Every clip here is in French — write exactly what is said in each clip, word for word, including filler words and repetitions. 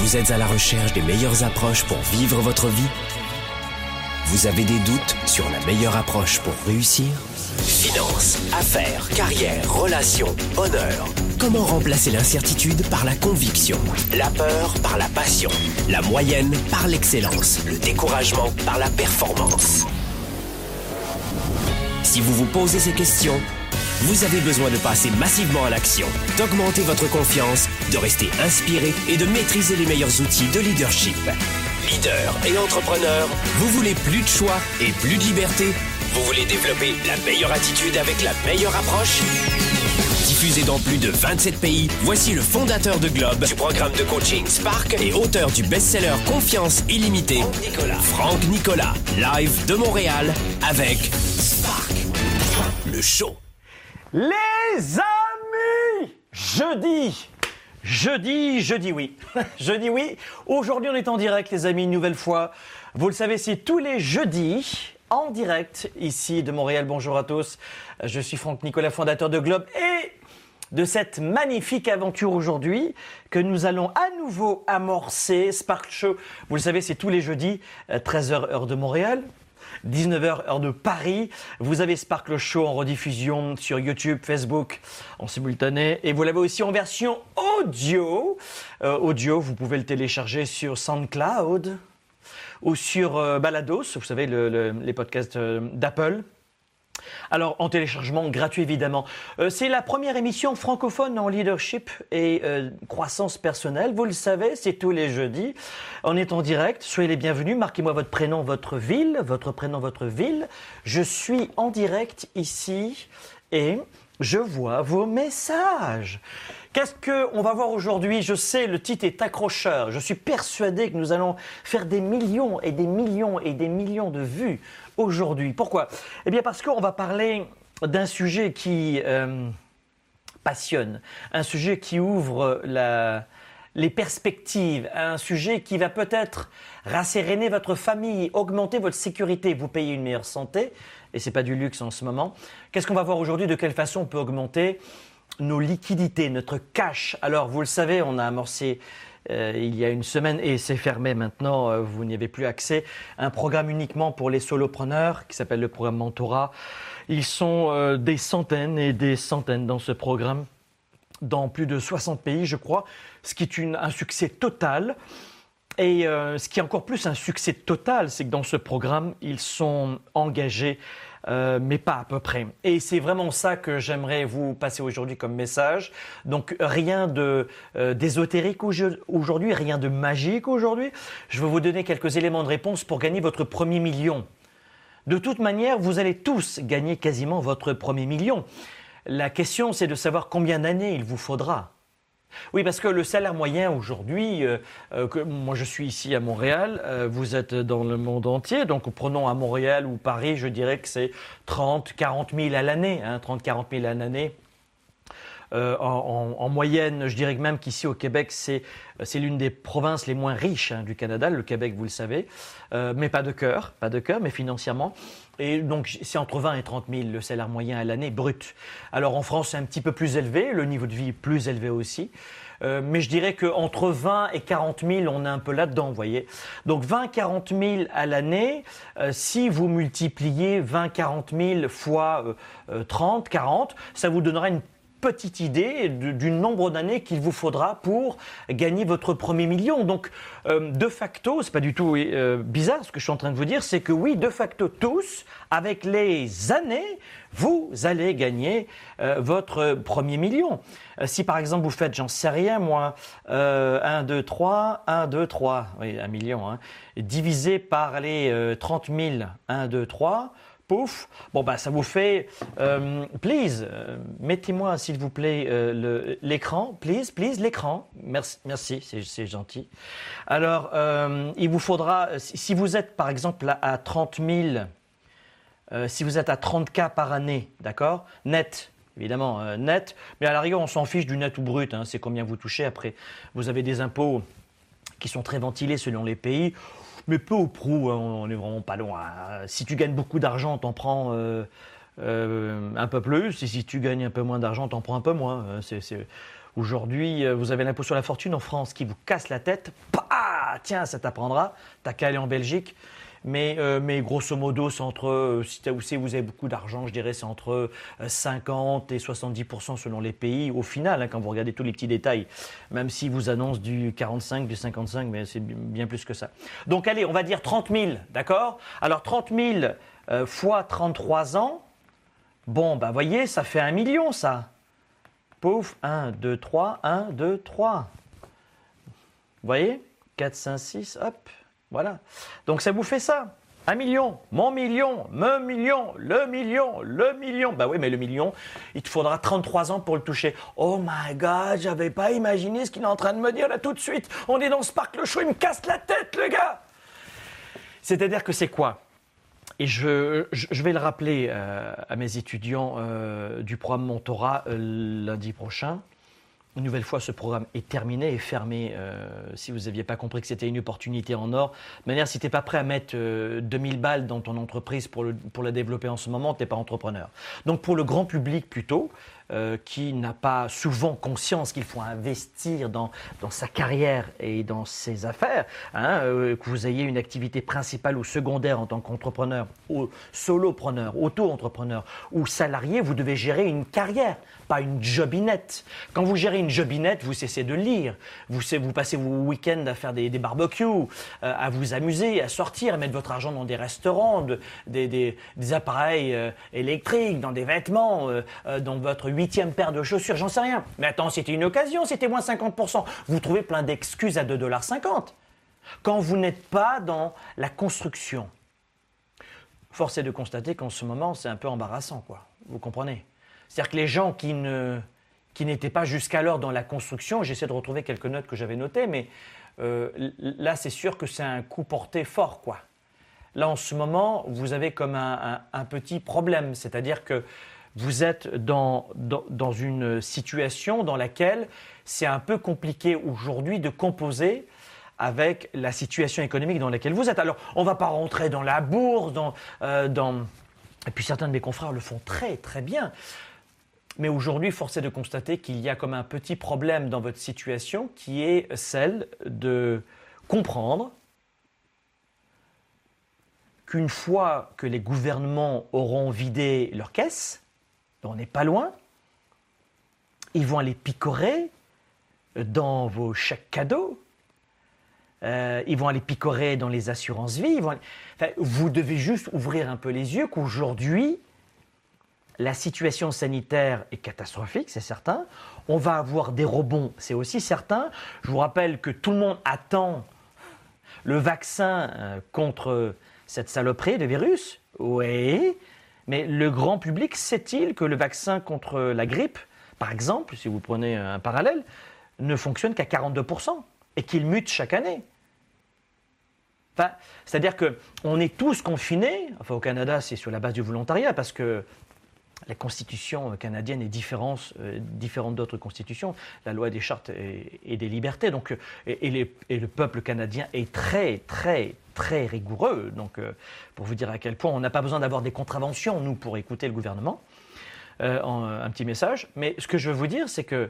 Vous êtes à la recherche des meilleures approches pour vivre votre vie? Vous avez des doutes sur la meilleure approche pour réussir? Finances, affaires, carrière, relations, bonheur. Comment remplacer l'incertitude par la conviction? La peur par la passion? La moyenne par l'excellence? Le découragement par la performance? Si vous vous posez ces questions, vous avez besoin de passer massivement à l'action, d'augmenter votre confiance, de rester inspiré et de maîtriser les meilleurs outils de leadership. Leader et entrepreneur, vous voulez plus de choix et plus de liberté? Vous voulez développer la meilleure attitude avec la meilleure approche? Diffusé dans plus de vingt-sept pays, voici le fondateur de Globe, du programme de coaching Spark et auteur du best-seller Confiance illimitée, Franck Nicolas. Franck Nicolas, live de Montréal avec Spark, le show. Les amis, jeudi, jeudi, jeudi oui, jeudi oui. Aujourd'hui, on est en direct, les amis, une nouvelle fois. Vous le savez, c'est tous les jeudis, en direct, ici de Montréal. Bonjour à tous. Je suis Franck Nicolas, fondateur de Globe et de cette magnifique aventure aujourd'hui que nous allons à nouveau amorcer. Spark Show, vous le savez, c'est tous les jeudis, treize heures heure de Montréal. dix-neuf heures heure de Paris. Vous avez Spark le Show en rediffusion sur YouTube, Facebook en simultané. Et vous l'avez aussi en version audio. Euh, audio, vous pouvez le télécharger sur SoundCloud ou sur euh, Balados, vous savez, le, le, les podcasts euh, d'Apple. Alors, en téléchargement gratuit, évidemment. Euh, c'est la première émission francophone en leadership et euh, croissance personnelle. Vous le savez, c'est tous les jeudis. On est en direct. Soyez les bienvenus. Marquez-moi votre prénom, votre ville. Votre prénom, votre ville. Je suis en direct ici et je vois vos messages. Qu'est-ce qu'on va voir aujourd'hui? Je sais, le titre est accrocheur. Je suis persuadé que nous allons faire des millions et des millions et des millions de vues aujourd'hui. Pourquoi? Eh bien parce qu'on va parler d'un sujet qui euh, passionne, un sujet qui ouvre la, les perspectives, un sujet qui va peut-être rasséréner votre famille, augmenter votre sécurité, vous payer une meilleure santé, et c'est pas du luxe en ce moment. Qu'est-ce qu'on va voir aujourd'hui? De quelle façon on peut augmenter nos liquidités, notre cash? Alors, vous le savez, on a amorcé euh, il y a une semaine, et c'est fermé maintenant, euh, vous n'y avez plus accès, un programme uniquement pour les solopreneurs qui s'appelle le programme Mentorat. Ils sont euh, des centaines et des centaines dans ce programme, dans plus de soixante pays, je crois, ce qui est une, un succès total. Et euh, ce qui est encore plus un succès total, c'est que dans ce programme, ils sont engagés, euh, mais pas à peu près. Et c'est vraiment ça que j'aimerais vous passer aujourd'hui comme message. Donc rien de euh, d'ésotérique aujourd'hui, rien de magique aujourd'hui. Je vais vous donner quelques éléments de réponse pour gagner votre premier million. De toute manière, vous allez tous gagner quasiment votre premier million. La question, c'est de savoir combien d'années il vous faudra. Oui, parce que le salaire moyen aujourd'hui, euh, euh, que moi je suis ici à Montréal, euh, vous êtes dans le monde entier, donc prenons à Montréal ou Paris, je dirais que c'est trente, quarante mille à l'année, hein, trente, quarante mille à l'année. Euh, en, en, en moyenne, je dirais que même qu'ici au Québec, c'est, c'est l'une des provinces les moins riches hein, du Canada, le Québec, vous le savez, euh, mais pas de cœur, pas de cœur, mais financièrement. Et donc, c'est entre vingt et trente mille le salaire moyen à l'année brut. Alors, en France, c'est un petit peu plus élevé, le niveau de vie est plus élevé aussi. Euh, mais je dirais qu'entre vingt et quarante mille, on est un peu là-dedans, vous voyez. Donc, vingt à quarante mille à l'année, euh, si vous multipliez vingt à quarante mille fois euh, euh, trente, quarante, ça vous donnera une petite idée du, du nombre d'années qu'il vous faudra pour gagner votre premier million. Donc, euh, de facto, c'est pas du tout euh, bizarre ce que je suis en train de vous dire, c'est que oui, de facto tous, avec les années, vous allez gagner euh, votre premier million. Euh, si par exemple vous faites, j'en sais rien moi, euh, un, deux, trois, un, deux, trois, oui, un million, hein, divisé par les euh, trente mille, un, deux, trois, pouf, bon bah ça vous fait, euh, please, euh, mettez-moi s'il vous plaît euh, le, l'écran, please, please, l'écran, merci, merci, c'est, c'est gentil. Alors, euh, il vous faudra, si vous êtes par exemple à, à trente mille, euh, si vous êtes à trente K par année, d'accord, net, évidemment, euh, net, mais à la rigueur on s'en fiche du net ou brut, hein, c'est combien vous touchez après, vous avez des impôts qui sont très ventilés selon les pays. Mais peu ou prou, hein, on n'est vraiment pas loin. Si tu gagnes beaucoup d'argent, t'en prends euh, euh, un peu plus. Et si tu gagnes un peu moins d'argent, t'en prends un peu moins. C'est, c'est... Aujourd'hui, vous avez l'impôt sur la fortune en France qui vous casse la tête. Pah, bah tiens, ça t'apprendra, t'as qu'à aller en Belgique. Mais, euh, mais grosso modo, c'est entre, euh, si vous avez beaucoup d'argent, je dirais, c'est entre euh, cinquante et soixante-dix pour cent selon les pays. Au final, hein, quand vous regardez tous les petits détails, même s'ils vous annoncent du quarante-cinq, du cinquante-cinq, mais c'est bien plus que ça. Donc allez, on va dire trente mille, d'accord? Alors trente mille euh, fois trente-trois ans, bon, ben voyez, ça fait un million, ça. Pouf, un, deux, trois, un, deux, trois. Vous voyez? quatre, cinq, six, hop. Voilà. Donc ça vous fait ça. Un million, mon million, me million, le million, le million. Bah oui, mais le million, il te faudra trente-trois ans pour le toucher. Oh my God, j'avais pas imaginé ce qu'il est en train de me dire là tout de suite. On est dans Sparkle Show, il me casse la tête, le gars. C'est-à-dire que c'est quoi? Et je, je, je vais le rappeler euh, à mes étudiants euh, du programme Mentorat euh, lundi prochain. Une nouvelle fois, ce programme est terminé et fermé. Euh, si vous n'aviez pas compris que c'était une opportunité en or. De manière, si tu n'es pas prêt à mettre euh, deux mille balles dans ton entreprise pour, le, pour la développer en ce moment, tu n'es pas entrepreneur. Donc pour le grand public plutôt, euh, qui n'a pas souvent conscience qu'il faut investir dans, dans sa carrière et dans ses affaires, hein, euh, que vous ayez une activité principale ou secondaire en tant qu'entrepreneur, ou solopreneur, auto-entrepreneur ou salarié, vous devez gérer une carrière, pas une jobinette. Quand vous gérez une jobinette, vous cessez de lire, vous, vous passez vos week-ends à faire des, des barbecues, euh, à vous amuser, à sortir, à mettre votre argent dans des restaurants, de, des, des, des appareils euh, électriques, dans des vêtements, euh, euh, dans votre huitième paire de chaussures, j'en sais rien. Mais attends, c'était une occasion, c'était moins cinquante pour cent. Vous trouvez plein d'excuses à deux dollars cinquante. Quand vous n'êtes pas dans la construction, force est de constater qu'en ce moment, c'est un peu embarrassant, quoi. Vous comprenez? C'est-à-dire que les gens qui ne... qui n'étaient pas jusqu'alors dans la construction, j'essaie de retrouver quelques notes que j'avais notées, mais euh, là, c'est sûr que c'est un coup porté fort, quoi. Là, en ce moment, vous avez comme un, un, un petit problème, c'est-à-dire que vous êtes dans, dans, dans une situation dans laquelle c'est un peu compliqué aujourd'hui de composer avec la situation économique dans laquelle vous êtes. Alors, on ne va pas rentrer dans la bourse, dans, euh, dans... et puis certains de mes confrères le font très, très bien. Mais aujourd'hui, force est de constater qu'il y a comme un petit problème dans votre situation qui est celle de comprendre qu'une fois que les gouvernements auront vidé leurs caisses, on n'est pas loin, ils vont aller picorer dans vos chèques cadeaux, euh, ils vont aller picorer dans les assurances-vie. Ils vont aller... enfin, vous devez juste ouvrir un peu les yeux qu'aujourd'hui, la situation sanitaire est catastrophique, c'est certain. On va avoir des rebonds, c'est aussi certain. Je vous rappelle que tout le monde attend le vaccin euh, contre cette saloperie de virus. Oui, mais le grand public sait-il que le vaccin contre la grippe, par exemple, si vous prenez un parallèle, ne fonctionne qu'à quarante-deux pour cent et qu'il mute chaque année? Enfin, c'est-à-dire qu'on est tous confinés, enfin au Canada c'est sur la base du volontariat parce que la constitution canadienne est différente, euh, différente d'autres constitutions, la loi des chartes et, et des libertés. Donc, et, et, les, et le peuple canadien est très, très, très rigoureux. Donc, euh, pour vous dire à quel point on n'a pas besoin d'avoir des contraventions, nous, pour écouter le gouvernement. Euh, en, un petit message. Mais ce que je veux vous dire, c'est que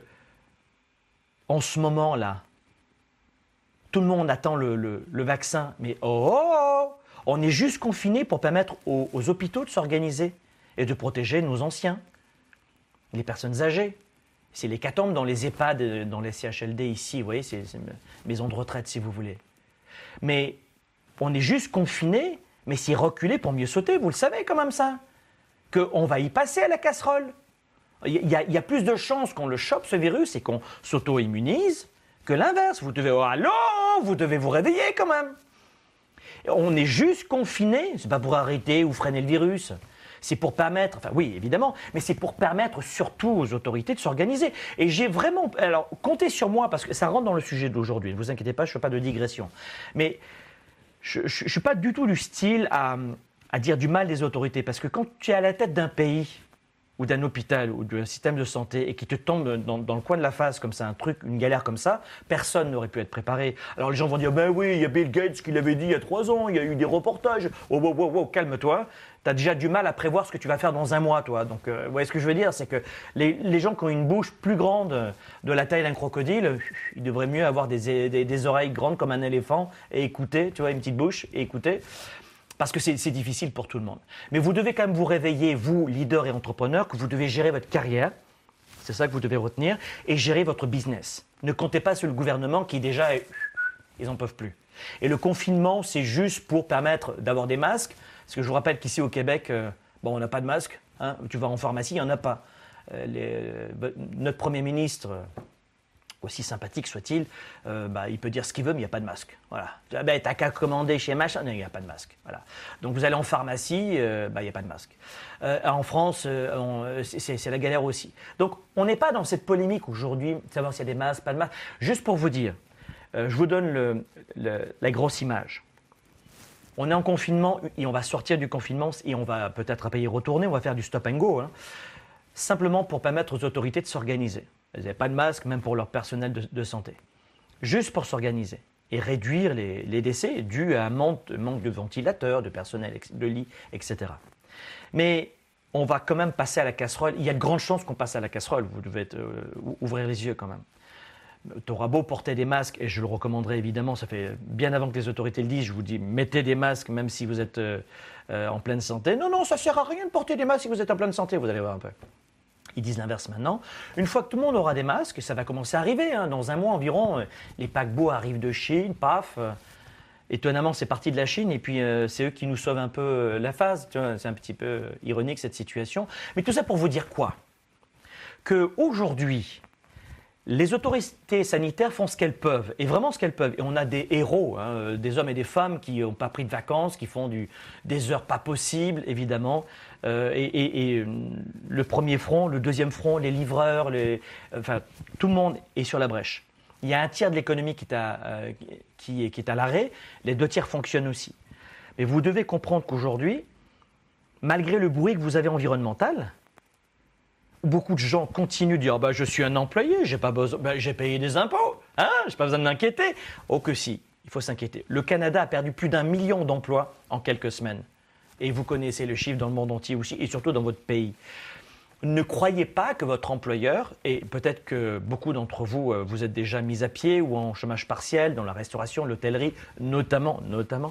en ce moment-là, tout le monde attend le, le, le vaccin. Mais oh, oh, oh, on est juste confiné pour permettre aux, aux hôpitaux de s'organiser et de protéger nos anciens, les personnes âgées. C'est l'hécatombe dans les EHPAD, dans les C H L D ici, vous voyez, c'est une maison de retraite si vous voulez. Mais on est juste confiné, mais c'est reculé pour mieux sauter, vous le savez quand même ça, qu'on va y passer à la casserole. Il y a, il y a plus de chances qu'on le chope ce virus et qu'on s'auto-immunise que l'inverse. Vous devez, oh, allô, vous devez vous réveiller quand même. On est juste confiné, c'est pas pour arrêter ou freiner le virus. C'est pour permettre, enfin oui, évidemment, mais c'est pour permettre surtout aux autorités de s'organiser. Et j'ai vraiment, alors comptez sur moi parce que ça rentre dans le sujet d'aujourd'hui. Ne vous inquiétez pas, je ne fais pas de digression. Mais je ne suis pas du tout du style à, à dire du mal des autorités parce que quand tu es à la tête d'un pays, ou d'un hôpital ou d'un système de santé et qui te tombe dans, dans le coin de la face comme ça, un truc, une galère comme ça, personne n'aurait pu être préparé. Alors les gens vont dire, ben oui, il y a Bill Gates qui l'avait dit il y a trois ans, il y a eu des reportages. Oh, wow, wow, wow, calme-toi. Tu as déjà du mal à prévoir ce que tu vas faire dans un mois, toi. Donc, euh, vous voyez ce que je veux dire, c'est que les, les gens qui ont une bouche plus grande de la taille d'un crocodile, ils devraient mieux avoir des, des, des oreilles grandes comme un éléphant et écouter, tu vois, une petite bouche et écouter. Parce que c'est, c'est difficile pour tout le monde. Mais vous devez quand même vous réveiller, vous, leader et entrepreneur, que vous devez gérer votre carrière. C'est ça que vous devez retenir. Et gérer votre business. Ne comptez pas sur le gouvernement qui déjà, ils n'en peuvent plus. Et le confinement, c'est juste pour permettre d'avoir des masques. Parce que je vous rappelle qu'ici au Québec, euh, bon, on n'a pas de masque. Hein. Tu vas en pharmacie, il n'y en a pas. Euh, les, euh, notre Premier ministre... Euh, aussi sympathique soit-il, euh, bah, il peut dire ce qu'il veut, mais il n'y a pas de masque. Voilà. Ah, ben, t'as qu'à commander chez machin, non, il n'y a pas de masque. Voilà. Donc vous allez en pharmacie, euh, bah, il n'y a pas de masque. Euh, en France, euh, on, c'est, c'est la galère aussi. Donc on n'est pas dans cette polémique aujourd'hui, de savoir s'il y a des masques, pas de masques. Juste pour vous dire, euh, je vous donne le, le, la grosse image. On est en confinement et on va sortir du confinement et on va peut-être y retourner, on va faire du stop and go, hein, simplement pour permettre aux autorités de s'organiser. Ils n'avaient pas de masque, même pour leur personnel de, de santé. Juste pour s'organiser et réduire les, les décès dus à un manque, manque de ventilateurs, de personnel, de lits, et cetera. Mais on va quand même passer à la casserole. Il y a de grandes chances qu'on passe à la casserole. Vous devez être, euh, ouvrir les yeux quand même. Tu auras beau porter des masques, et je le recommanderais évidemment, ça fait bien avant que les autorités le disent, je vous dis, mettez des masques même si vous êtes euh, euh, en pleine santé. Non, non, ça ne sert à rien de porter des masques si vous êtes en pleine santé, vous allez voir un peu. Ils disent l'inverse maintenant. Une fois que tout le monde aura des masques, ça va commencer à arriver. Hein. Dans un mois environ, euh, les paquebots arrivent de Chine, paf. Euh, étonnamment, c'est parti de la Chine et puis euh, c'est eux qui nous sauvent un peu euh, la face. Tu vois, c'est un petit peu euh, ironique cette situation. Mais tout ça pour vous dire quoi ? Qu'aujourd'hui, les autorités sanitaires font ce qu'elles peuvent, et vraiment ce qu'elles peuvent. Et on a des héros, hein, des hommes et des femmes qui n'ont pas pris de vacances, qui font du, des heures pas possibles, évidemment. Euh, et, et, et le premier front, le deuxième front, les livreurs, les, enfin, tout le monde est sur la brèche. Il y a un tiers de l'économie qui est à, euh, qui est, qui est à l'arrêt, les deux tiers fonctionnent aussi. Mais vous devez comprendre qu'aujourd'hui, malgré le bruit que vous avez environnemental, beaucoup de gens continuent de dire bah, « je suis un employé, j'ai pas besoin, bah, j'ai payé des impôts, hein, j'ai pas besoin de m'inquiéter ». Oh que si, il faut s'inquiéter. Le Canada a perdu plus d'un million d'emplois en quelques semaines. Et vous connaissez le chiffre dans le monde entier aussi, et surtout dans votre pays. Ne croyez pas que votre employeur, et peut-être que beaucoup d'entre vous, vous êtes déjà mis à pied ou en chômage partiel, dans la restauration, l'hôtellerie, notamment, notamment.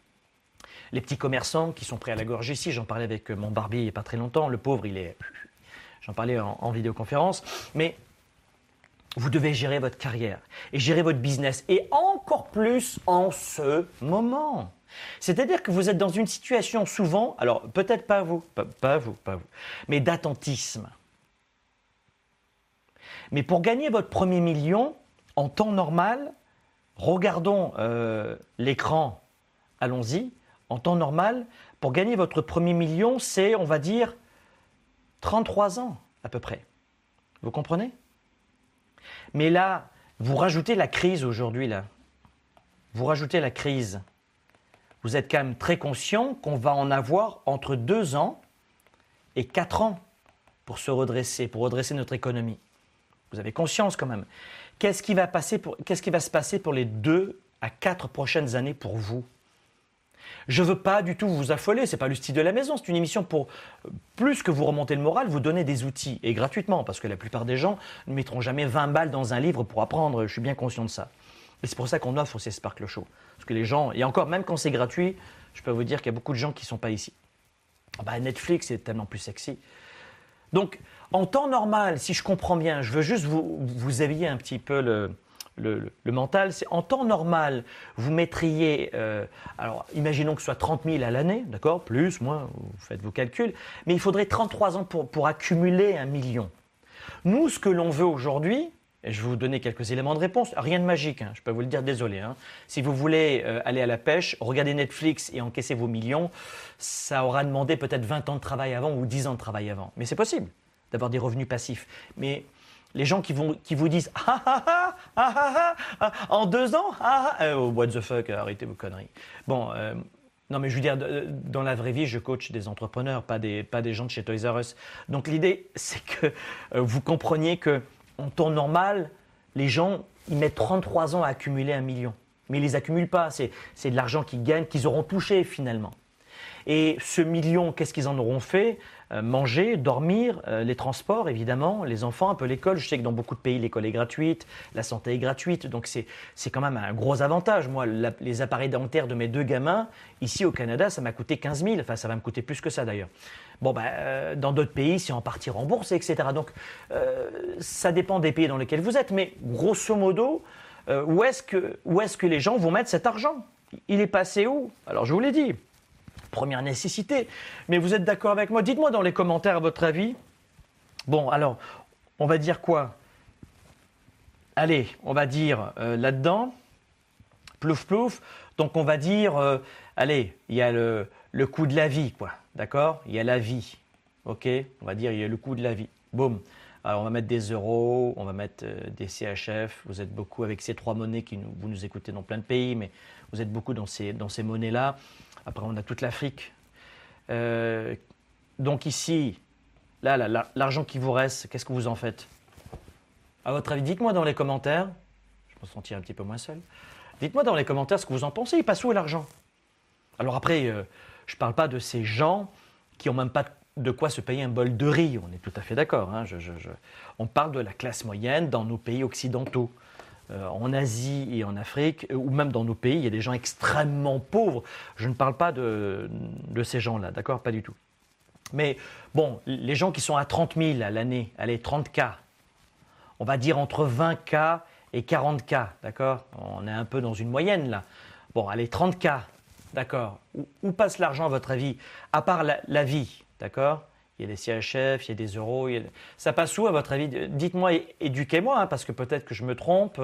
Les petits commerçants qui sont prêts à la gorge ici, j'en parlais avec mon barbier il n'y a pas très longtemps, le pauvre, il est... J'en parlais en, en vidéoconférence, mais vous devez gérer votre carrière et gérer votre business, et encore plus en ce moment. C'est-à-dire que vous êtes dans une situation souvent, alors peut-être pas vous, pas, pas vous, pas vous, mais d'attentisme. Mais pour gagner votre premier million, en temps normal, regardons euh, l'écran, allons-y, en temps normal, pour gagner votre premier million, c'est, on va dire, trente-trois ans à peu près. Vous comprenez ? Mais là, vous rajoutez la crise aujourd'hui, là. Vous rajoutez la crise. Vous êtes quand même très conscient qu'on va en avoir entre deux ans et quatre ans pour se redresser, pour redresser notre économie. Vous avez conscience quand même. Qu'est-ce qui va passer pour, qu'est-ce qui va se passer pour les deux à quatre prochaines années pour vous ? Je ne veux pas du tout vous affoler, ce n'est pas le style de la maison, c'est une émission pour, plus que vous remonter le moral, vous donner des outils, et gratuitement, parce que la plupart des gens ne mettront jamais vingt balles dans un livre pour apprendre, je suis bien conscient de ça. Et c'est pour ça qu'on offre ces Sparkle Show. Parce que les gens, et encore même quand c'est gratuit, je peux vous dire qu'il y a beaucoup de gens qui ne sont pas ici. Oh bah Netflix est tellement plus sexy. Donc, en temps normal, si je comprends bien, je veux juste vous, vous éveiller un petit peu le... Le, le, le mental, c'est en temps normal, vous mettriez, euh, alors imaginons que ce soit trente mille à l'année, d'accord, plus, moins, vous faites vos calculs, mais il faudrait trente-trois ans pour, pour accumuler un million. Nous, ce que l'on veut aujourd'hui, et je vais vous donner quelques éléments de réponse, rien de magique, hein, je peux vous le dire, désolé. Hein. Si vous voulez euh, aller à la pêche, regarder Netflix et encaisser vos millions, ça aura demandé peut-être vingt ans de travail avant ou dix ans de travail avant. Mais c'est possible d'avoir des revenus passifs. Mais les gens qui, vont, qui vous disent « Ah ah ah, ah ah ah, en deux ans, ah ah, oh, what the fuck, arrêtez vos conneries ». Bon, euh, Non, mais je veux dire, dans la vraie vie, je coach des entrepreneurs, pas des, pas des gens de chez Toys R Us. Donc l'idée, c'est que euh, vous compreniez qu'en temps normal, les gens, ils mettent trente-trois ans à accumuler un million. Mais ils ne les accumulent pas, c'est, c'est de l'argent qu'ils gagnent, qu'ils auront touché finalement. Et ce million, qu'est-ce qu'ils en auront fait? euh, Manger, dormir, euh, les transports évidemment, les enfants, un peu l'école. Je sais que dans beaucoup de pays, l'école est gratuite, la santé est gratuite, donc c'est, c'est quand même un gros avantage. Moi, la, les appareils dentaires de mes deux gamins, ici au Canada, ça m'a coûté quinze mille, enfin ça va me coûter plus que ça d'ailleurs. Bon, ben, euh, dans d'autres pays, c'est en partie remboursé, et cetera. Donc euh, ça dépend des pays dans lesquels vous êtes, mais grosso modo, euh, où est-ce que, où est-ce que les gens vont mettre cet argent? Il est passé où? Alors je vous l'ai dit. Première nécessité. Mais vous êtes d'accord avec moi? Dites-moi dans les commentaires à votre avis. Bon, alors, on va dire quoi? Allez, on va dire euh, là-dedans, plouf plouf. Donc on va dire, euh, allez, il y a le, le coût de la vie, quoi. D'accord? Il y a la vie. Ok? On va dire, il y a le coût de la vie. Boum. Alors on va mettre des euros, on va mettre euh, des C H F. Vous êtes beaucoup avec ces trois monnaies qui nous, vous nous écoutez dans plein de pays, mais vous êtes beaucoup dans ces, dans ces monnaies-là. Après, on a toute l'Afrique. Euh, donc ici, là, là, là, l'argent qui vous reste, qu'est-ce que vous en faites? À votre avis, dites-moi dans les commentaires. Je me sentir un petit peu moins seul. Dites-moi dans les commentaires ce que vous en pensez. Il passe où l'argent? Alors après, euh, je ne parle pas de ces gens qui n'ont même pas de quoi se payer un bol de riz. On est tout à fait d'accord. Hein. Je, je, je... On parle de la classe moyenne dans nos pays occidentaux. Euh, en Asie et en Afrique, ou même dans nos pays, il y a des gens extrêmement pauvres. Je ne parle pas de, de ces gens-là, d'accord? Pas du tout. Mais bon, les gens qui sont à trente mille à l'année, allez, trente K, on va dire entre vingt K et quarante K, d'accord? On est un peu dans une moyenne là. Bon, allez, trente K, d'accord. Où, où passe l'argent à votre avis? À part la, la vie, d'accord? Il y a des C H F, il y a des euros. Il y a... Ça passe où à votre avis? Dites-moi, éduquez-moi, hein, parce que peut-être que je me trompe.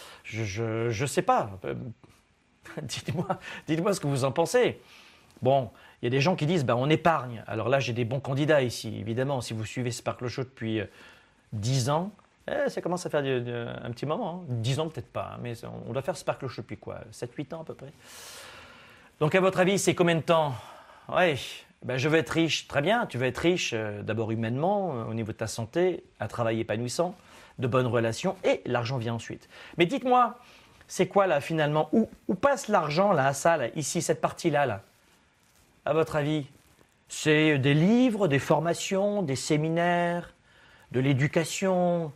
Je ne sais pas. dites-moi, dites-moi ce que vous en pensez. Bon, il y a des gens qui disent ben, on épargne. Alors là, j'ai des bons candidats ici. Évidemment, si vous suivez Sparkle Show depuis dix ans, eh, ça commence à faire de, de, un petit moment. Hein. dix ans, peut-être pas, hein, mais on doit faire Sparkle Show depuis quoi? sept huit ans à peu près. Donc, à votre avis, c'est combien de temps? Oui. Ben, je veux être riche, très bien, tu veux être riche euh, d'abord humainement, euh, au niveau de ta santé, un travail épanouissant, de bonnes relations et l'argent vient ensuite. Mais dites-moi, c'est quoi là finalement? Où, où passe l'argent là, à ça, là, ici, cette partie-là, là? À votre avis? C'est des livres, des formations, des séminaires, de l'éducation?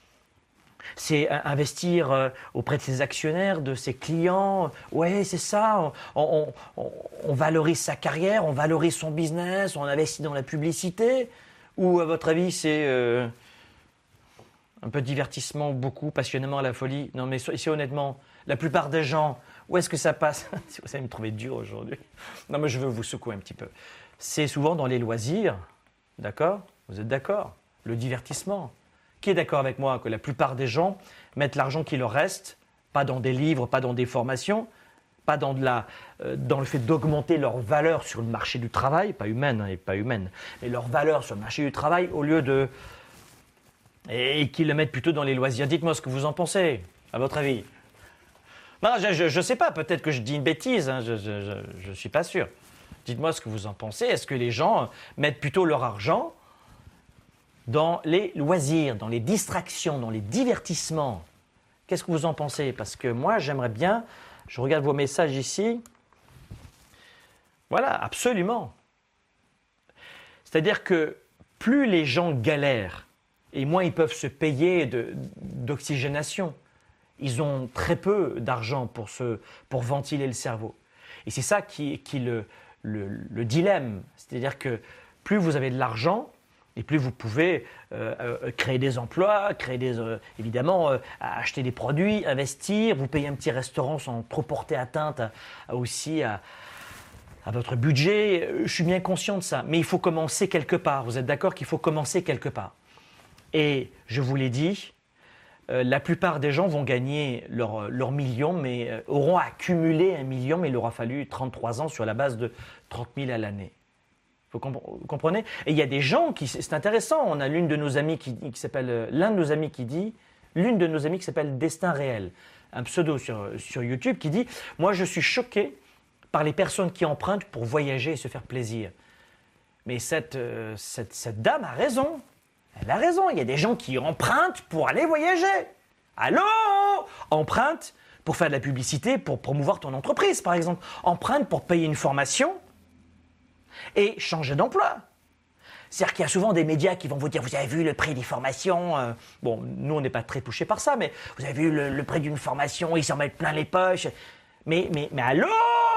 C'est investir auprès de ses actionnaires, de ses clients. Oui, c'est ça. On, on, on valorise sa carrière, on valorise son business, on investit dans la publicité. Ou, à votre avis, c'est euh, un peu de divertissement, beaucoup, passionnément à la folie? Non, mais ici, honnêtement, la plupart des gens, où est-ce que ça passe? Vous allez me trouver dur aujourd'hui. Non, mais je veux vous secouer un petit peu. C'est souvent dans les loisirs, d'accord? Vous êtes d'accord? Le divertissement. Qui est d'accord avec moi que la plupart des gens mettent l'argent qui leur reste, pas dans des livres, pas dans des formations, pas dans, de la, euh, dans le fait d'augmenter leur valeur sur le marché du travail, pas humaine hein, et pas humaine, mais leur valeur sur le marché du travail au lieu de... et, et qu'ils le mettent plutôt dans les loisirs. Dites-moi ce que vous en pensez, à votre avis. Non, je ne sais pas, peut-être que je dis une bêtise, hein, je ne suis pas sûr. Dites-moi ce que vous en pensez. Est-ce que les gens mettent plutôt leur argent dans les loisirs, dans les distractions, dans les divertissements? Qu'est-ce que vous en pensez? Parce que moi, j'aimerais bien, je regarde vos messages ici, voilà, absolument. C'est-à-dire que plus les gens galèrent, et moins ils peuvent se payer de, d'oxygénation. Ils ont très peu d'argent pour, se, pour ventiler le cerveau. Et c'est ça qui, qui est le, le, le dilemme. C'est-à-dire que plus vous avez de l'argent, et plus vous pouvez euh, euh, créer des emplois, créer des, euh, évidemment, euh, acheter des produits, investir, vous payer un petit restaurant sans trop porter atteinte à, à aussi à, à votre budget. Je suis bien conscient de ça, mais il faut commencer quelque part. Vous êtes d'accord qu'il faut commencer quelque part? Et je vous l'ai dit, euh, la plupart des gens vont gagner leur, leur million, mais euh, auront accumulé un million, mais il aura fallu trente-trois ans sur la base de trente mille à l'année. Vous comprenez? Et il y a des gens qui, c'est intéressant, on a l'une de nos amies qui, qui s'appelle, l'un de nos amis qui dit, l'une de nos amies qui s'appelle Destin Réel, un pseudo sur, sur YouTube qui dit « Moi je suis choqué par les personnes qui empruntent pour voyager et se faire plaisir. Mais cette, euh, cette, cette dame a raison. Elle a raison. Il y a des gens qui empruntent pour aller voyager. Allô? Emprunte pour faire de la publicité, pour promouvoir ton entreprise, par exemple. Emprunte pour payer une formation et changer d'emploi. C'est-à-dire qu'il y a souvent des médias qui vont vous dire « Vous avez vu le prix des formations euh, ?» Bon, nous, on n'est pas très touchés par ça, mais « Vous avez vu le, le prix d'une formation, ils s'en mettent plein les poches. » Mais, mais, mais allô?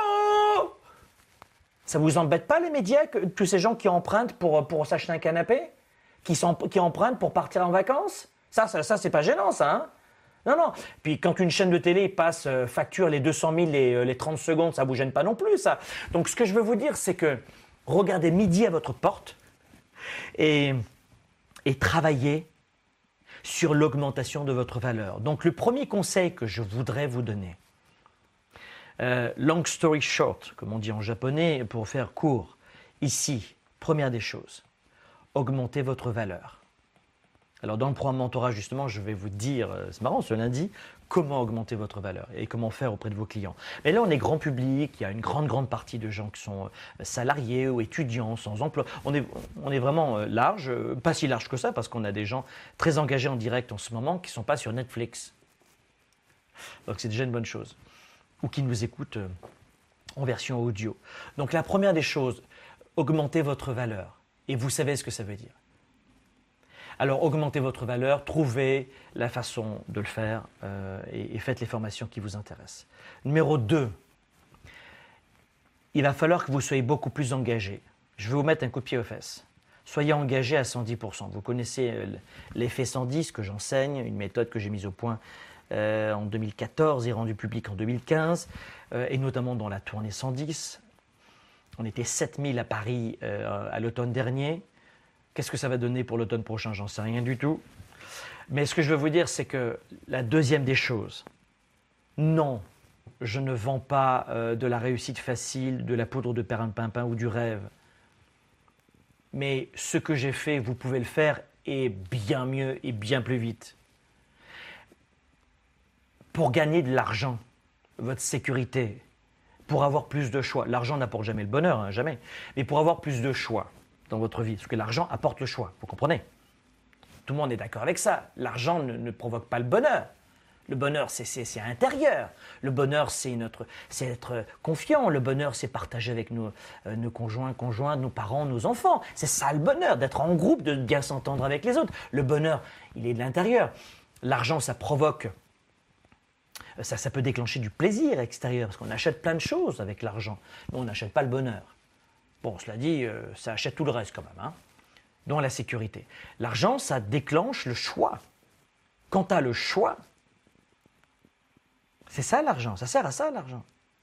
Ça vous embête pas, les médias, que, tous ces gens qui empruntent pour, pour s'acheter un canapé? Qui, sont, qui empruntent pour partir en vacances? Ça, ça, ça c'est pas gênant, ça, hein? Non, non. Puis quand une chaîne de télé passe, euh, facture les deux cent mille, les, euh, les trente secondes, ça vous gêne pas non plus, ça. Donc, ce que je veux vous dire, c'est que regardez midi à votre porte et, et travaillez sur l'augmentation de votre valeur. Donc, le premier conseil que je voudrais vous donner, euh, long story short, comme on dit en japonais, pour faire court, ici, première des choses, augmentez votre valeur. Alors, dans le programme mentorat, justement, je vais vous dire, c'est marrant, ce lundi, comment augmenter votre valeur et comment faire auprès de vos clients. Mais là, on est grand public, il y a une grande, grande partie de gens qui sont salariés ou étudiants, sans emploi. On est, on est vraiment large, pas si large que ça, parce qu'on a des gens très engagés en direct en ce moment qui ne sont pas sur Netflix. Donc, c'est déjà une bonne chose. Ou qui nous écoutent en version audio. Donc, la première des choses, augmentez votre valeur. Et vous savez ce que ça veut dire. Alors, augmentez votre valeur, trouvez la façon de le faire euh, et, et faites les formations qui vous intéressent. Numéro deux, il va falloir que vous soyez beaucoup plus engagé. Je vais vous mettre un coup de pied aux fesses. Soyez engagé à cent dix pour cent. Vous connaissez l'effet cent dix que j'enseigne, une méthode que j'ai mise au point euh, en deux mille quatorze et rendue publique en deux mille quinze, euh, et notamment dans la tournée cent dix. On était sept mille à Paris euh, à l'automne dernier. Qu'est-ce que ça va donner pour l'automne prochain? J'en sais rien du tout. Mais ce que je veux vous dire, c'est que la deuxième des choses, non, je ne vends pas euh, de la réussite facile, de la poudre de perlimpinpin ou du rêve. Mais ce que j'ai fait, vous pouvez le faire et bien mieux et bien plus vite. Pour gagner de l'argent, votre sécurité, pour avoir plus de choix. L'argent n'apporte jamais le bonheur, hein, jamais. Mais pour avoir plus de choix dans votre vie, parce que l'argent apporte le choix, vous comprenez? Tout le monde est d'accord avec ça. L'argent ne, ne provoque pas le bonheur. Le bonheur, c'est, c'est, c'est intérieur. Le bonheur, c'est, notre, c'est être confiant. Le bonheur, c'est partager avec nos, euh, nos conjoints, conjointes, nos parents, nos enfants. C'est ça le bonheur, d'être en groupe, de bien s'entendre avec les autres. Le bonheur, il est de l'intérieur. L'argent, ça provoque, ça, ça peut déclencher du plaisir extérieur, parce qu'on achète plein de choses avec l'argent, mais on n'achète pas le bonheur. Bon, cela dit, euh, ça achète tout le reste quand même, hein, dont la sécurité. L'argent, ça déclenche le choix. Quand tu as le choix, c'est ça l'argent, ça sert à ça l'argent.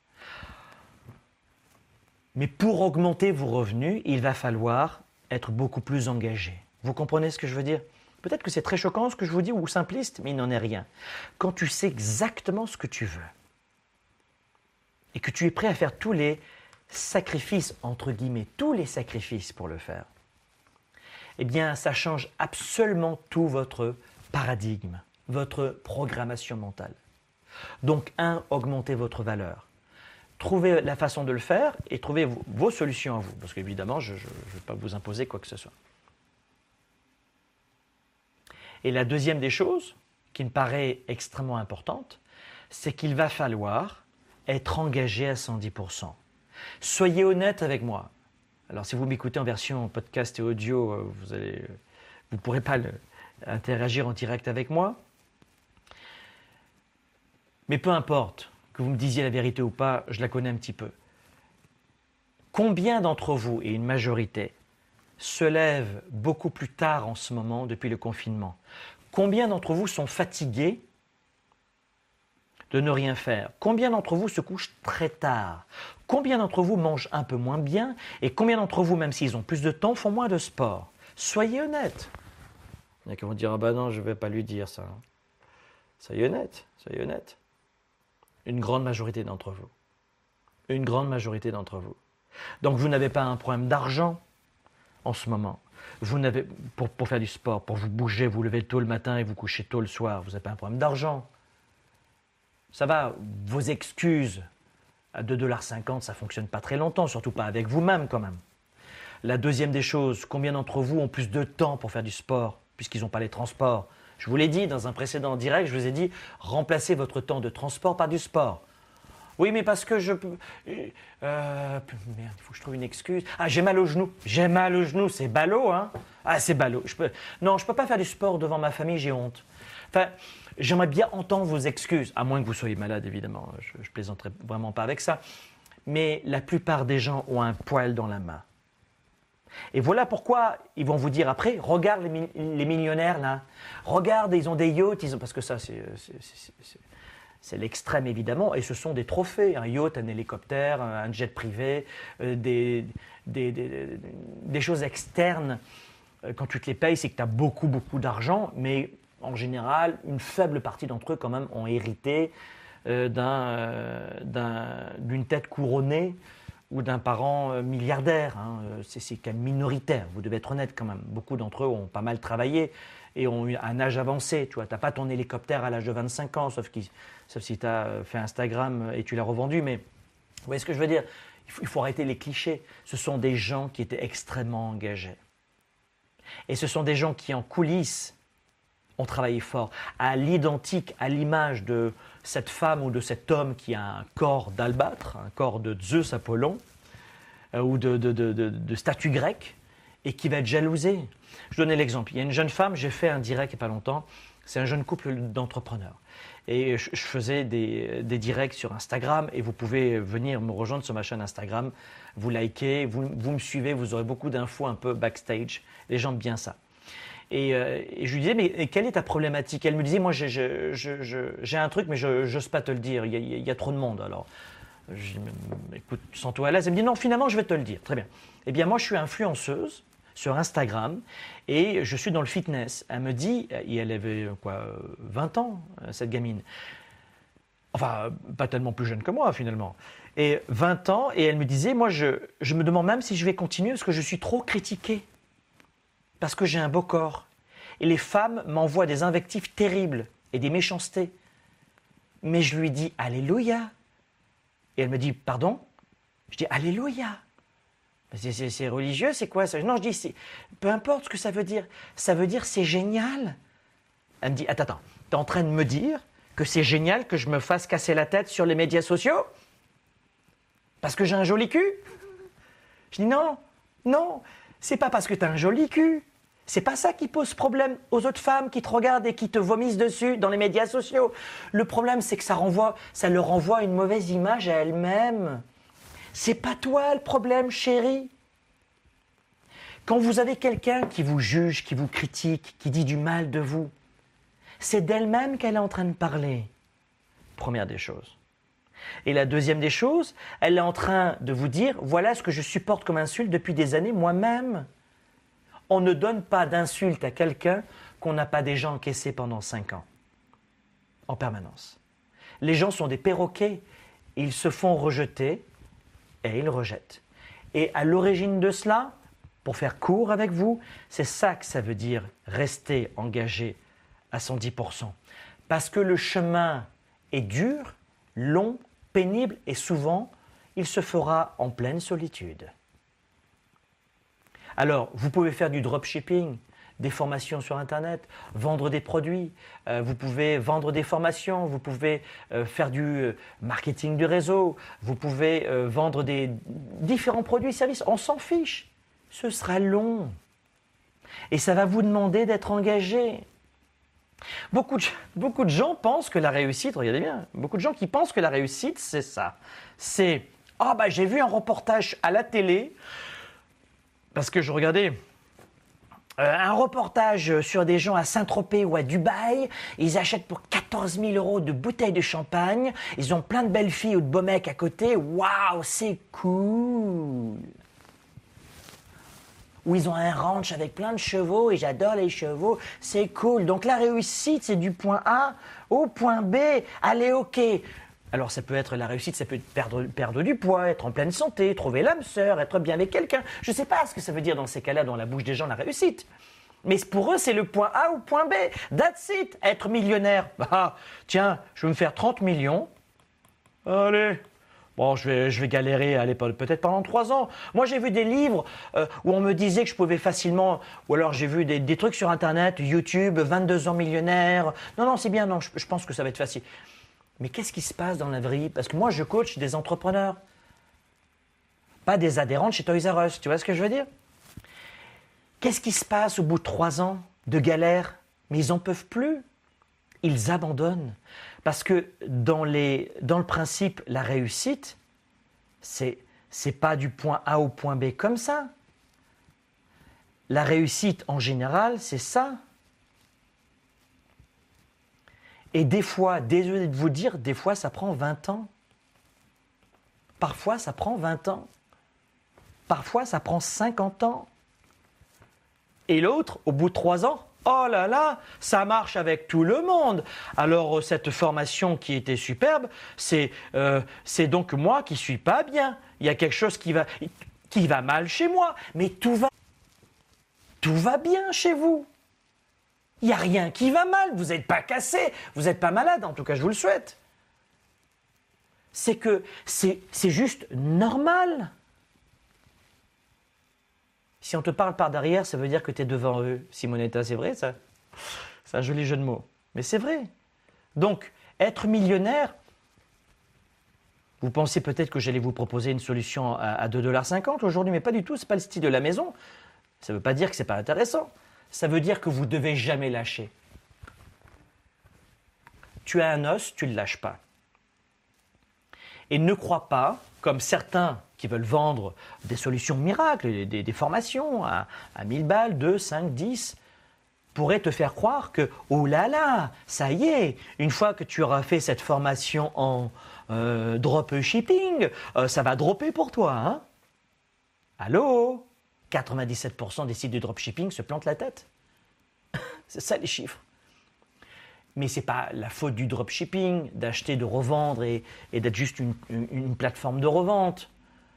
Mais pour augmenter vos revenus, il va falloir être beaucoup plus engagé. Vous comprenez ce que je veux dire? Peut-être que c'est très choquant ce que je vous dis ou simpliste, mais il n'en est rien. Quand tu sais exactement ce que tu veux et que tu es prêt à faire tous les sacrifices, entre guillemets, tous les sacrifices pour le faire, eh bien, ça change absolument tout votre paradigme, votre programmation mentale. Donc, un, augmentez votre valeur. Trouvez la façon de le faire et trouvez vos solutions à vous. Parce qu'évidemment, je ne vais pas vous imposer quoi que ce soit. Et la deuxième des choses, qui me paraît extrêmement importante, c'est qu'il va falloir être engagé à cent dix pour cent. Soyez honnête avec moi. Alors, si vous m'écoutez en version podcast et audio, vous allez, vous ne pourrez pas le, interagir en direct avec moi. Mais peu importe que vous me disiez la vérité ou pas, je la connais un petit peu. Combien d'entre vous, et une majorité, se lèvent beaucoup plus tard en ce moment depuis le confinement? Combien d'entre vous sont fatigués de ne rien faire? Combien d'entre vous se couchent très tard? Combien d'entre vous mangent un peu moins bien? Et combien d'entre vous, même s'ils ont plus de temps, font moins de sport? Soyez honnêtes. Il y en a qui vont dire « Ah ben non, je ne vais pas lui dire ça. » Soyez honnêtes, soyez honnêtes. Une grande majorité d'entre vous. Une grande majorité d'entre vous. Donc vous n'avez pas un problème d'argent en ce moment. Vous n'avez, pour, pour faire du sport, pour vous bouger, vous levez tôt le matin et vous couchez tôt le soir, vous n'avez pas un problème d'argent. Ça va, vos excuses À deux dollars cinquante, ça ne fonctionne pas très longtemps, surtout pas avec vous-même quand même. La deuxième des choses, combien d'entre vous ont plus de temps pour faire du sport, puisqu'ils n'ont pas les transports? Je vous l'ai dit dans un précédent direct, je vous ai dit, remplacez votre temps de transport par du sport. Oui, mais parce que je peux... Euh, merde, il faut que je trouve une excuse. Ah, j'ai mal au genou. J'ai mal au genou, c'est ballot, hein? Ah, c'est ballot. Je peux... Non, je ne peux pas faire du sport devant ma famille, j'ai honte. Enfin, j'aimerais bien entendre vos excuses, à moins que vous soyez malade, évidemment. Je ne plaisanterai vraiment pas avec ça. Mais la plupart des gens ont un poil dans la main. Et voilà pourquoi ils vont vous dire après, regarde les, mi- les millionnaires là, regarde, ils ont des yachts, ils ont... parce que ça c'est, c'est, c'est, c'est, c'est l'extrême évidemment, et ce sont des trophées, un yacht, un hélicoptère, un jet privé, euh, des, des, des, des choses externes. Quand tu te les payes, c'est que tu as beaucoup beaucoup d'argent, mais en général, une faible partie d'entre eux quand même ont hérité euh, d'un, euh, d'un, d'une tête couronnée, ou d'un parent euh, milliardaire. Hein. C'est, c'est quand même minoritaire, vous devez être honnête quand même. Beaucoup d'entre eux ont pas mal travaillé et ont eu un âge avancé. Tu vois, n'as pas ton hélicoptère à l'âge de vingt-cinq ans, sauf, sauf si tu as fait Instagram et tu l'as revendu. Mais vous voyez ce que je veux dire? il faut, il faut arrêter les clichés. Ce sont des gens qui étaient extrêmement engagés. Et ce sont des gens qui, en coulisses, ont travaillé fort. À l'identique, à l'image de cette femme ou de cet homme qui a un corps d'albâtre, un corps de Zeus Apollon, euh, ou de, de, de, de, de statue grecque, et qui va être jalousé. Je donnais l'exemple. Il y a une jeune femme, j'ai fait un direct il n'y a pas longtemps, c'est un jeune couple d'entrepreneurs. Et je, je faisais des, des directs sur Instagram, et vous pouvez venir me rejoindre sur ma chaîne Instagram, vous likez, vous, vous me suivez, vous aurez beaucoup d'infos un peu backstage. Les gens aiment bien ça. Et, euh, et je lui disais, mais quelle est ta problématique? Elle me disait, moi j'ai, je, je, je, j'ai un truc, mais je n'ose pas te le dire, il y, a, il y a trop de monde. Alors, je dis, écoute, sens-toi à l'aise. Elle me dit, non, finalement, je vais te le dire. Très bien. Eh bien, moi, je suis influenceuse sur Instagram et je suis dans le fitness. Elle me dit, et elle avait quoi, vingt ans, cette gamine. Enfin, pas tellement plus jeune que moi, finalement. Et vingt ans, et elle me disait, moi, je, je me demande même si je vais continuer parce que je suis trop critiquée. Parce que j'ai un beau corps. Et les femmes m'envoient des invectives terribles et des méchancetés. Mais je lui dis « Alléluia ». Et elle me dit « Pardon ?» Je dis « Alléluia ». C'est, c'est, c'est religieux, c'est quoi ça? Non, je dis c'est, peu importe ce que ça veut dire. Ça veut dire c'est génial. Elle me dit « Attends, attends, tu es en train de me dire que c'est génial que je me fasse casser la tête sur les médias sociaux? Parce que j'ai un joli cul ?» Je dis « Non, non. » C'est pas parce que tu as un joli cul. C'est pas ça qui pose problème aux autres femmes qui te regardent et qui te vomissent dessus dans les médias sociaux. Le problème, c'est que ça renvoie, ça leur renvoie une mauvaise image à elles-mêmes. C'est pas toi le problème, chérie. Quand vous avez quelqu'un qui vous juge, qui vous critique, qui dit du mal de vous, c'est d'elle-même qu'elle est en train de parler. Première des choses. Et la deuxième des choses, elle est en train de vous dire, voilà ce que je supporte comme insulte depuis des années moi-même. On ne donne pas d'insulte à quelqu'un qu'on n'a pas déjà encaissé pendant cinq ans, en permanence. Les gens sont des perroquets, ils se font rejeter et ils rejettent. Et à l'origine de cela, pour faire court avec vous, c'est ça que ça veut dire rester engagé à cent dix pour cent. Parce que le chemin est dur, long, pénible et souvent, il se fera en pleine solitude. Alors, vous pouvez faire du dropshipping, des formations sur Internet, vendre des produits, euh, vous pouvez vendre des formations, vous pouvez euh, faire du euh, marketing du réseau, vous pouvez euh, vendre des différents produits et services. On s'en fiche. Ce sera long. Et ça va vous demander d'être engagé. Beaucoup de, beaucoup de gens pensent que la réussite, regardez bien, beaucoup de gens qui pensent que la réussite, c'est ça. C'est, ah oh bah j'ai vu un reportage à la télé, parce que je regardais euh, un reportage sur des gens à Saint-Tropez ou à Dubaï, ils achètent pour quatorze mille euros de bouteilles de champagne, ils ont plein de belles filles ou de beaux mecs à côté, waouh, c'est cool. Où ils ont un ranch avec plein de chevaux et j'adore les chevaux, c'est cool. Donc la réussite, c'est du point A au point B. Allez, ok. Alors ça peut être la réussite, ça peut être perdre, perdre du poids, être en pleine santé, trouver l'âme sœur, être bien avec quelqu'un. Je ne sais pas ce que ça veut dire dans ces cas-là, dans la bouche des gens, la réussite. Mais pour eux, c'est le point A ou point B. That's it. Être millionnaire. Bah, tiens, je vais me faire trente millions. Allez, Bon, je vais, je vais galérer à l'époque, peut-être pendant trois ans. Moi, j'ai vu des livres euh, où on me disait que je pouvais facilement, ou alors j'ai vu des, des trucs sur Internet, YouTube, vingt-deux ans millionnaire. Non, non, c'est bien, non, je, je pense que ça va être facile. Mais qu'est-ce qui se passe dans la vie? Parce que moi, je coach des entrepreneurs, pas des adhérents de chez Toys R Us. Tu vois ce que je veux dire? Qu'est-ce qui se passe au bout de trois ans de galère? Mais ils n'en peuvent plus. Ils abandonnent. Parce que dans, les, dans le principe, la réussite, c'est c'est pas du point A au point B comme ça. La réussite, en général, c'est ça. Et des fois, désolé de vous dire, des fois, ça prend vingt ans. Parfois, ça prend vingt ans. Parfois, ça prend cinquante ans. Et l'autre, au bout de trois ans, oh là là, ça marche avec tout le monde. Alors, cette formation qui était superbe, c'est euh, c'est donc moi qui ne suis pas bien. Il y a quelque chose qui va, qui va mal chez moi. Mais tout va, tout va bien chez vous. Il n'y a rien qui va mal. Vous n'êtes pas cassé. Vous n'êtes pas malade. En tout cas, je vous le souhaite. C'est que c'est c'est juste normal. Si on te parle par derrière, ça veut dire que tu es devant eux. Simonetta, c'est vrai ça? C'est un joli jeu de mots. Mais c'est vrai. Donc, être millionnaire, vous pensez peut-être que j'allais vous proposer une solution à deux dollars cinquante aujourd'hui, mais pas du tout, ce n'est pas le style de la maison. Ça ne veut pas dire que ce n'est pas intéressant. Ça veut dire que vous ne devez jamais lâcher. Tu as un os, tu ne le lâches pas. Et ne crois pas, comme certains qui veulent vendre des solutions miracles, des, des formations à, à mille balles, deux, cinq, dix, pourraient te faire croire que, oh là là, ça y est, une fois que tu auras fait cette formation en euh, dropshipping, euh, ça va dropper pour toi. Hein? Allô? quatre-vingt-dix-sept pour cent des sites de dropshipping se plantent la tête. C'est ça les chiffres. Mais ce n'est pas la faute du dropshipping, d'acheter, de revendre et, et d'être juste une, une, une plateforme de revente.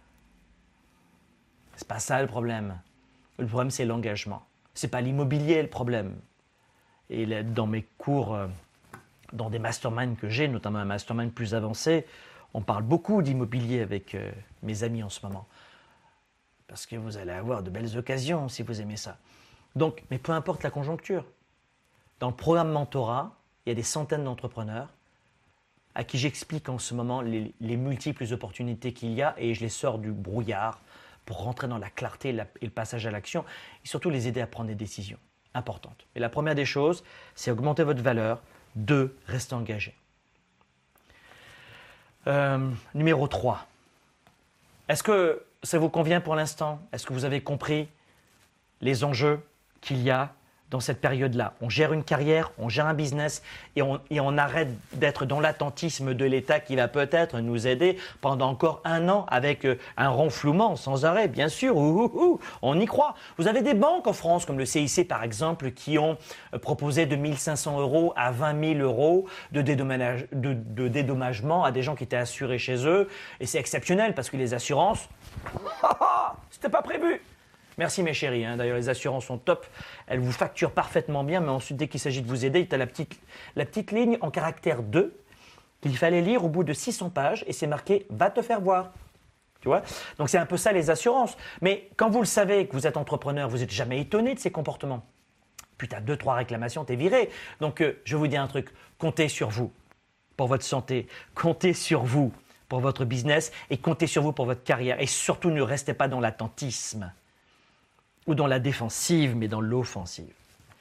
Ce n'est pas ça le problème. Le problème, c'est l'engagement. Ce n'est pas l'immobilier le problème. Et là, dans mes cours, euh, dans des masterminds que j'ai, notamment un mastermind plus avancé, on parle beaucoup d'immobilier avec euh, mes amis en ce moment. Parce que vous allez avoir de belles occasions si vous aimez ça. Donc, mais peu importe la conjoncture. Dans le programme mentorat, il y a des centaines d'entrepreneurs à qui j'explique en ce moment les, les multiples opportunités qu'il y a et je les sors du brouillard pour rentrer dans la clarté et, la, et le passage à l'action et surtout les aider à prendre des décisions importantes. Et la première des choses, c'est augmenter votre valeur. Deux, rester engagé. Euh, numéro trois. Est-ce que ça vous convient pour l'instant? Est-ce que vous avez compris les enjeux qu'il y a dans cette période-là? On gère une carrière, on gère un business et on, et on arrête d'être dans l'attentisme de l'État qui va peut-être nous aider pendant encore un an avec un renflouement sans arrêt, bien sûr. Ouh, ouh, ouh, on y croit. Vous avez des banques en France comme le C I C par exemple qui ont proposé de mille cinq cents euros à vingt mille euros de, dédommage, de, de dédommagement à des gens qui étaient assurés chez eux. Et c'est exceptionnel parce que les assurances, c'était pas prévu. Merci mes chéris, hein. D'ailleurs les assurances sont top, elles vous facturent parfaitement bien, mais ensuite dès qu'il s'agit de vous aider, tu as la petite, la petite ligne en caractère deux qu'il fallait lire au bout de six cents pages et c'est marqué « va te faire voir ». Tu vois? Donc c'est un peu ça les assurances. Mais quand vous le savez que vous êtes entrepreneur, vous n'êtes jamais étonné de ces comportements. Puis tu as deux, trois réclamations, tu es viré. Donc euh, je vais vous dire un truc, comptez sur vous pour votre santé, comptez sur vous pour votre business et comptez sur vous pour votre carrière. Et surtout ne restez pas dans l'attentisme. Ou dans la défensive, mais dans l'offensive.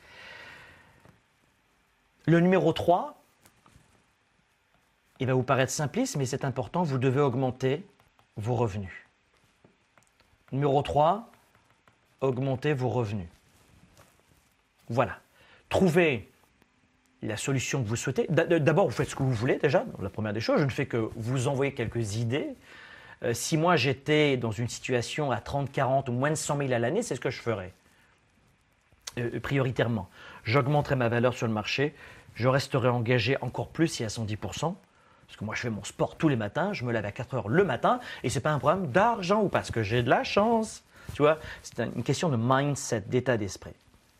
Le numéro trois, il va vous paraître simpliste, mais c'est important, vous devez augmenter vos revenus. Numéro trois, augmenter vos revenus. Voilà. Trouvez la solution que vous souhaitez. D'abord, vous faites ce que vous voulez déjà, la première des choses. Je ne fais que vous envoyer quelques idées. Euh, si moi j'étais dans une situation à trente, quarante ou moins de cent mille à l'année, c'est ce que je ferais. Euh, prioritairement. J'augmenterais ma valeur sur le marché, je resterai engagé encore plus si à cent dix pour cent. Parce que moi je fais mon sport tous les matins, je me lève à quatre heures le matin et ce n'est pas un problème d'argent ou parce que j'ai de la chance. Tu vois, c'est une question de mindset, d'état d'esprit.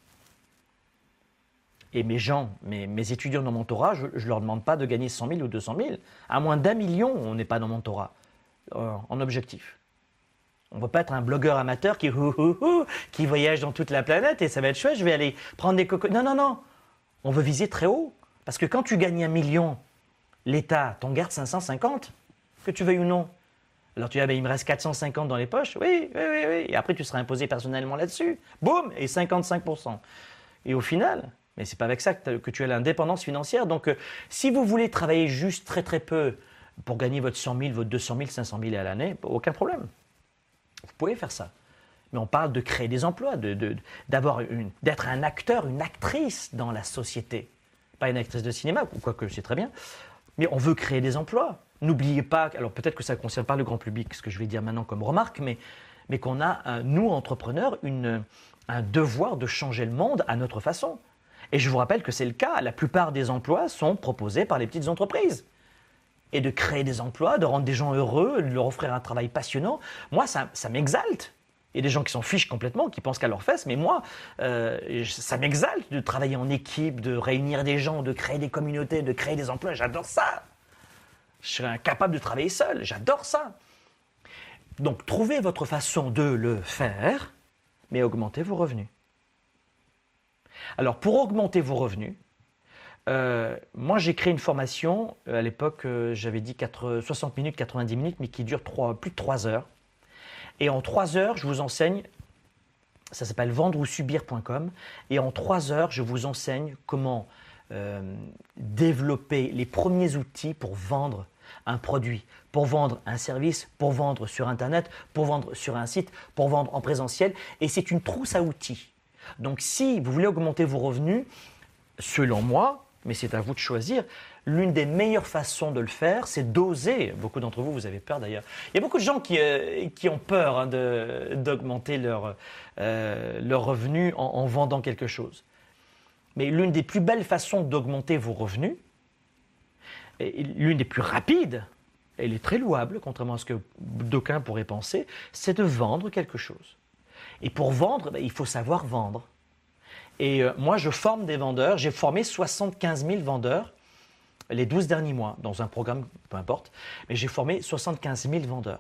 Et mes gens, mes, mes étudiants dans mon mentorat, je ne leur demande pas de gagner cent mille ou deux cent mille. À moins d'un million, on n'est pas dans mon mentorat. en, en objectif. On ne veut pas être un blogueur amateur qui, hou, hou, hou, qui voyage dans toute la planète et ça va être chouette, je vais aller prendre des cocos. Non, non, non. On veut viser très haut. Parce que quand tu gagnes un million, l'État t'en garde cinq cent cinquante, que tu veuilles ou non. Alors tu dis, ah ben, il me reste quatre cent cinquante dans les poches. Oui, oui, oui, oui. Et après, tu seras imposé personnellement là-dessus. Boum, et cinquante-cinq pour cent. Et au final, mais c'est pas avec ça que, que tu as l'indépendance financière. Donc, euh, si vous voulez travailler juste très très peu pour gagner votre cent mille, votre deux cent mille, cinq cent mille à l'année, aucun problème. Vous pouvez faire ça. Mais on parle de créer des emplois, de, de, d'avoir une, d'être un acteur, une actrice dans la société. Pas une actrice de cinéma, quoique c'est très bien. Mais on veut créer des emplois. N'oubliez pas, alors peut-être que ça ne concerne pas le grand public, ce que je vais dire maintenant comme remarque, mais, mais qu'on a, un, nous, entrepreneurs, une, un devoir de changer le monde à notre façon. Et je vous rappelle que c'est le cas. La plupart des emplois sont proposés par les petites entreprises. Et de créer des emplois, de rendre des gens heureux, de leur offrir un travail passionnant, moi, ça, ça m'exalte. Il y a des gens qui s'en fichent complètement, qui pensent qu'à leurs fesses, mais moi, euh, ça m'exalte de travailler en équipe, de réunir des gens, de créer des communautés, de créer des emplois. J'adore ça. Je serais incapable de travailler seul. J'adore ça. Donc, trouvez votre façon de le faire, mais augmentez vos revenus. Alors, pour augmenter vos revenus, euh, moi, j'ai créé une formation. À l'époque, euh, j'avais dit quatre, soixante minutes, quatre-vingt-dix minutes, mais qui dure trois, plus de trois heures. Et en trois heures, je vous enseigne, ça s'appelle vendre ou subir point com, et en trois heures, je vous enseigne comment euh, développer les premiers outils pour vendre un produit, pour vendre un service, pour vendre sur Internet, pour vendre sur un site, pour vendre en présentiel. Et c'est une trousse à outils. Donc si vous voulez augmenter vos revenus, selon moi, mais c'est à vous de choisir, l'une des meilleures façons de le faire, c'est d'oser. Beaucoup d'entre vous, vous avez peur d'ailleurs. Il y a beaucoup de gens qui, euh, qui ont peur hein, de, d'augmenter leur, euh, leur revenu en, en vendant quelque chose. Mais l'une des plus belles façons d'augmenter vos revenus, et l'une des plus rapides, elle est très louable, contrairement à ce que d'aucuns pourraient penser, c'est de vendre quelque chose. Et pour vendre, ben, il faut savoir vendre. Et euh, moi, je forme des vendeurs. J'ai formé soixante-quinze mille vendeurs les douze derniers mois, dans un programme, peu importe, mais j'ai formé soixante-quinze mille vendeurs.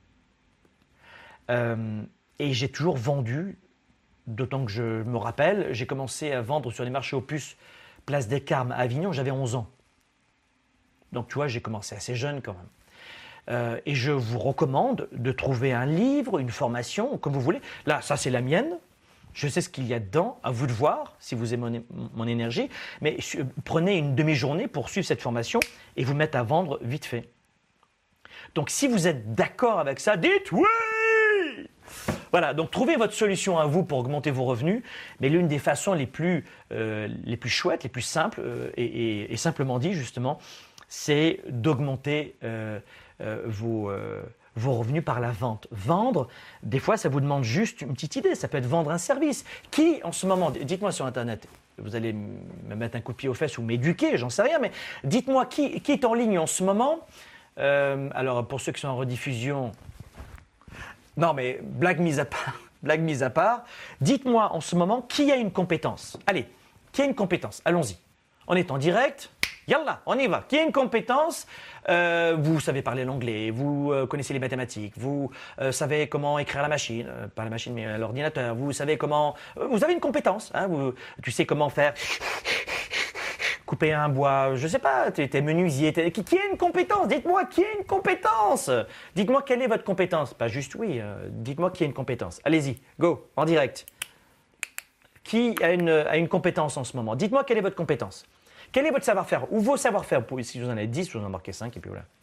Euh, et j'ai toujours vendu, d'autant que je me rappelle, j'ai commencé à vendre sur les marchés aux puces, Place des Carmes à Avignon, j'avais onze ans. Donc tu vois, j'ai commencé assez jeune quand même. Euh, et je vous recommande de trouver un livre, une formation, comme vous voulez. Là, ça c'est la mienne. Je sais ce qu'il y a dedans, à vous de voir si vous aimez mon, mon énergie, mais prenez une demi-journée pour suivre cette formation et vous mettre à vendre vite fait. Donc si vous êtes d'accord avec ça, dites oui! Voilà, donc trouvez votre solution à vous pour augmenter vos revenus, mais l'une des façons les plus, euh, les plus chouettes, les plus simples, euh, et, et, et simplement dit justement, c'est d'augmenter euh, euh, vos... Euh, vos revenus par la vente. Vendre, des fois, ça vous demande juste une petite idée. Ça peut être vendre un service. Qui, en ce moment, dites-moi sur Internet, vous allez me mettre un coup de pied aux fesses ou m'éduquer, j'en sais rien, mais dites-moi qui, qui est en ligne en ce moment. Euh, alors, pour ceux qui sont en rediffusion, non, mais blague mise à part, blague mise à part, dites-moi en ce moment qui a une compétence. Allez, qui a une compétence? Allons-y. On est en direct. Yallah, on y va. Qui a une compétence? euh, Vous savez parler l'anglais, vous euh, connaissez les mathématiques, vous euh, savez comment écrire la machine, euh, pas la machine mais euh, l'ordinateur, vous savez comment... Euh, vous avez une compétence, hein, vous, tu sais comment faire... couper un bois, je sais pas, t'es, t'es menuisier, t'es, qui, qui a une compétence? Dites-moi qui a une compétence? Dites-moi quelle est votre compétence? Pas juste oui, euh, dites-moi qui a une compétence. Allez-y, go, en direct. Qui a une, a une compétence en ce moment? Dites-moi quelle est votre compétence. Quel est votre savoir-faire ou vos savoir-faire? Si vous en avez dix, vous en marquez cinq et puis voilà.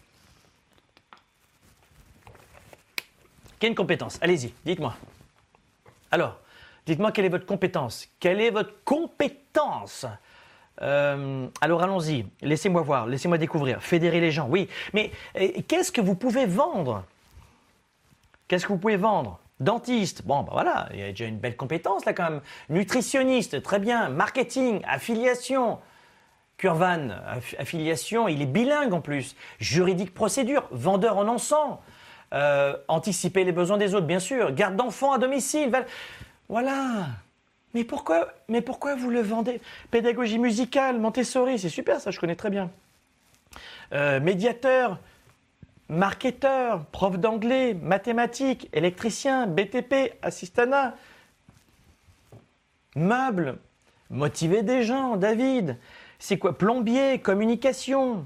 Quelle compétence? Allez-y, dites-moi. Alors, dites-moi quelle est votre compétence? Quelle est votre compétence? euh, Alors allons-y, laissez-moi voir, laissez-moi découvrir, fédérer les gens, oui. Mais et, qu'est-ce que vous pouvez vendre? Qu'est-ce que vous pouvez vendre? Dentiste, bon ben voilà, il y a déjà une belle compétence là quand même. Nutritionniste, très bien. Marketing, affiliation. Curvan, affiliation, il est bilingue en plus. Juridique, procédure, vendeur en encens, euh, anticiper les besoins des autres, bien sûr. Garde d'enfants à domicile. Voilà. Mais pourquoi, mais pourquoi vous le vendez? Pédagogie musicale, Montessori, c'est super ça, je connais très bien. Euh, médiateur, marketeur, prof d'anglais, mathématiques, électricien, B T P, assistanat, meubles, motiver des gens, David. C'est quoi? Plombier, communication,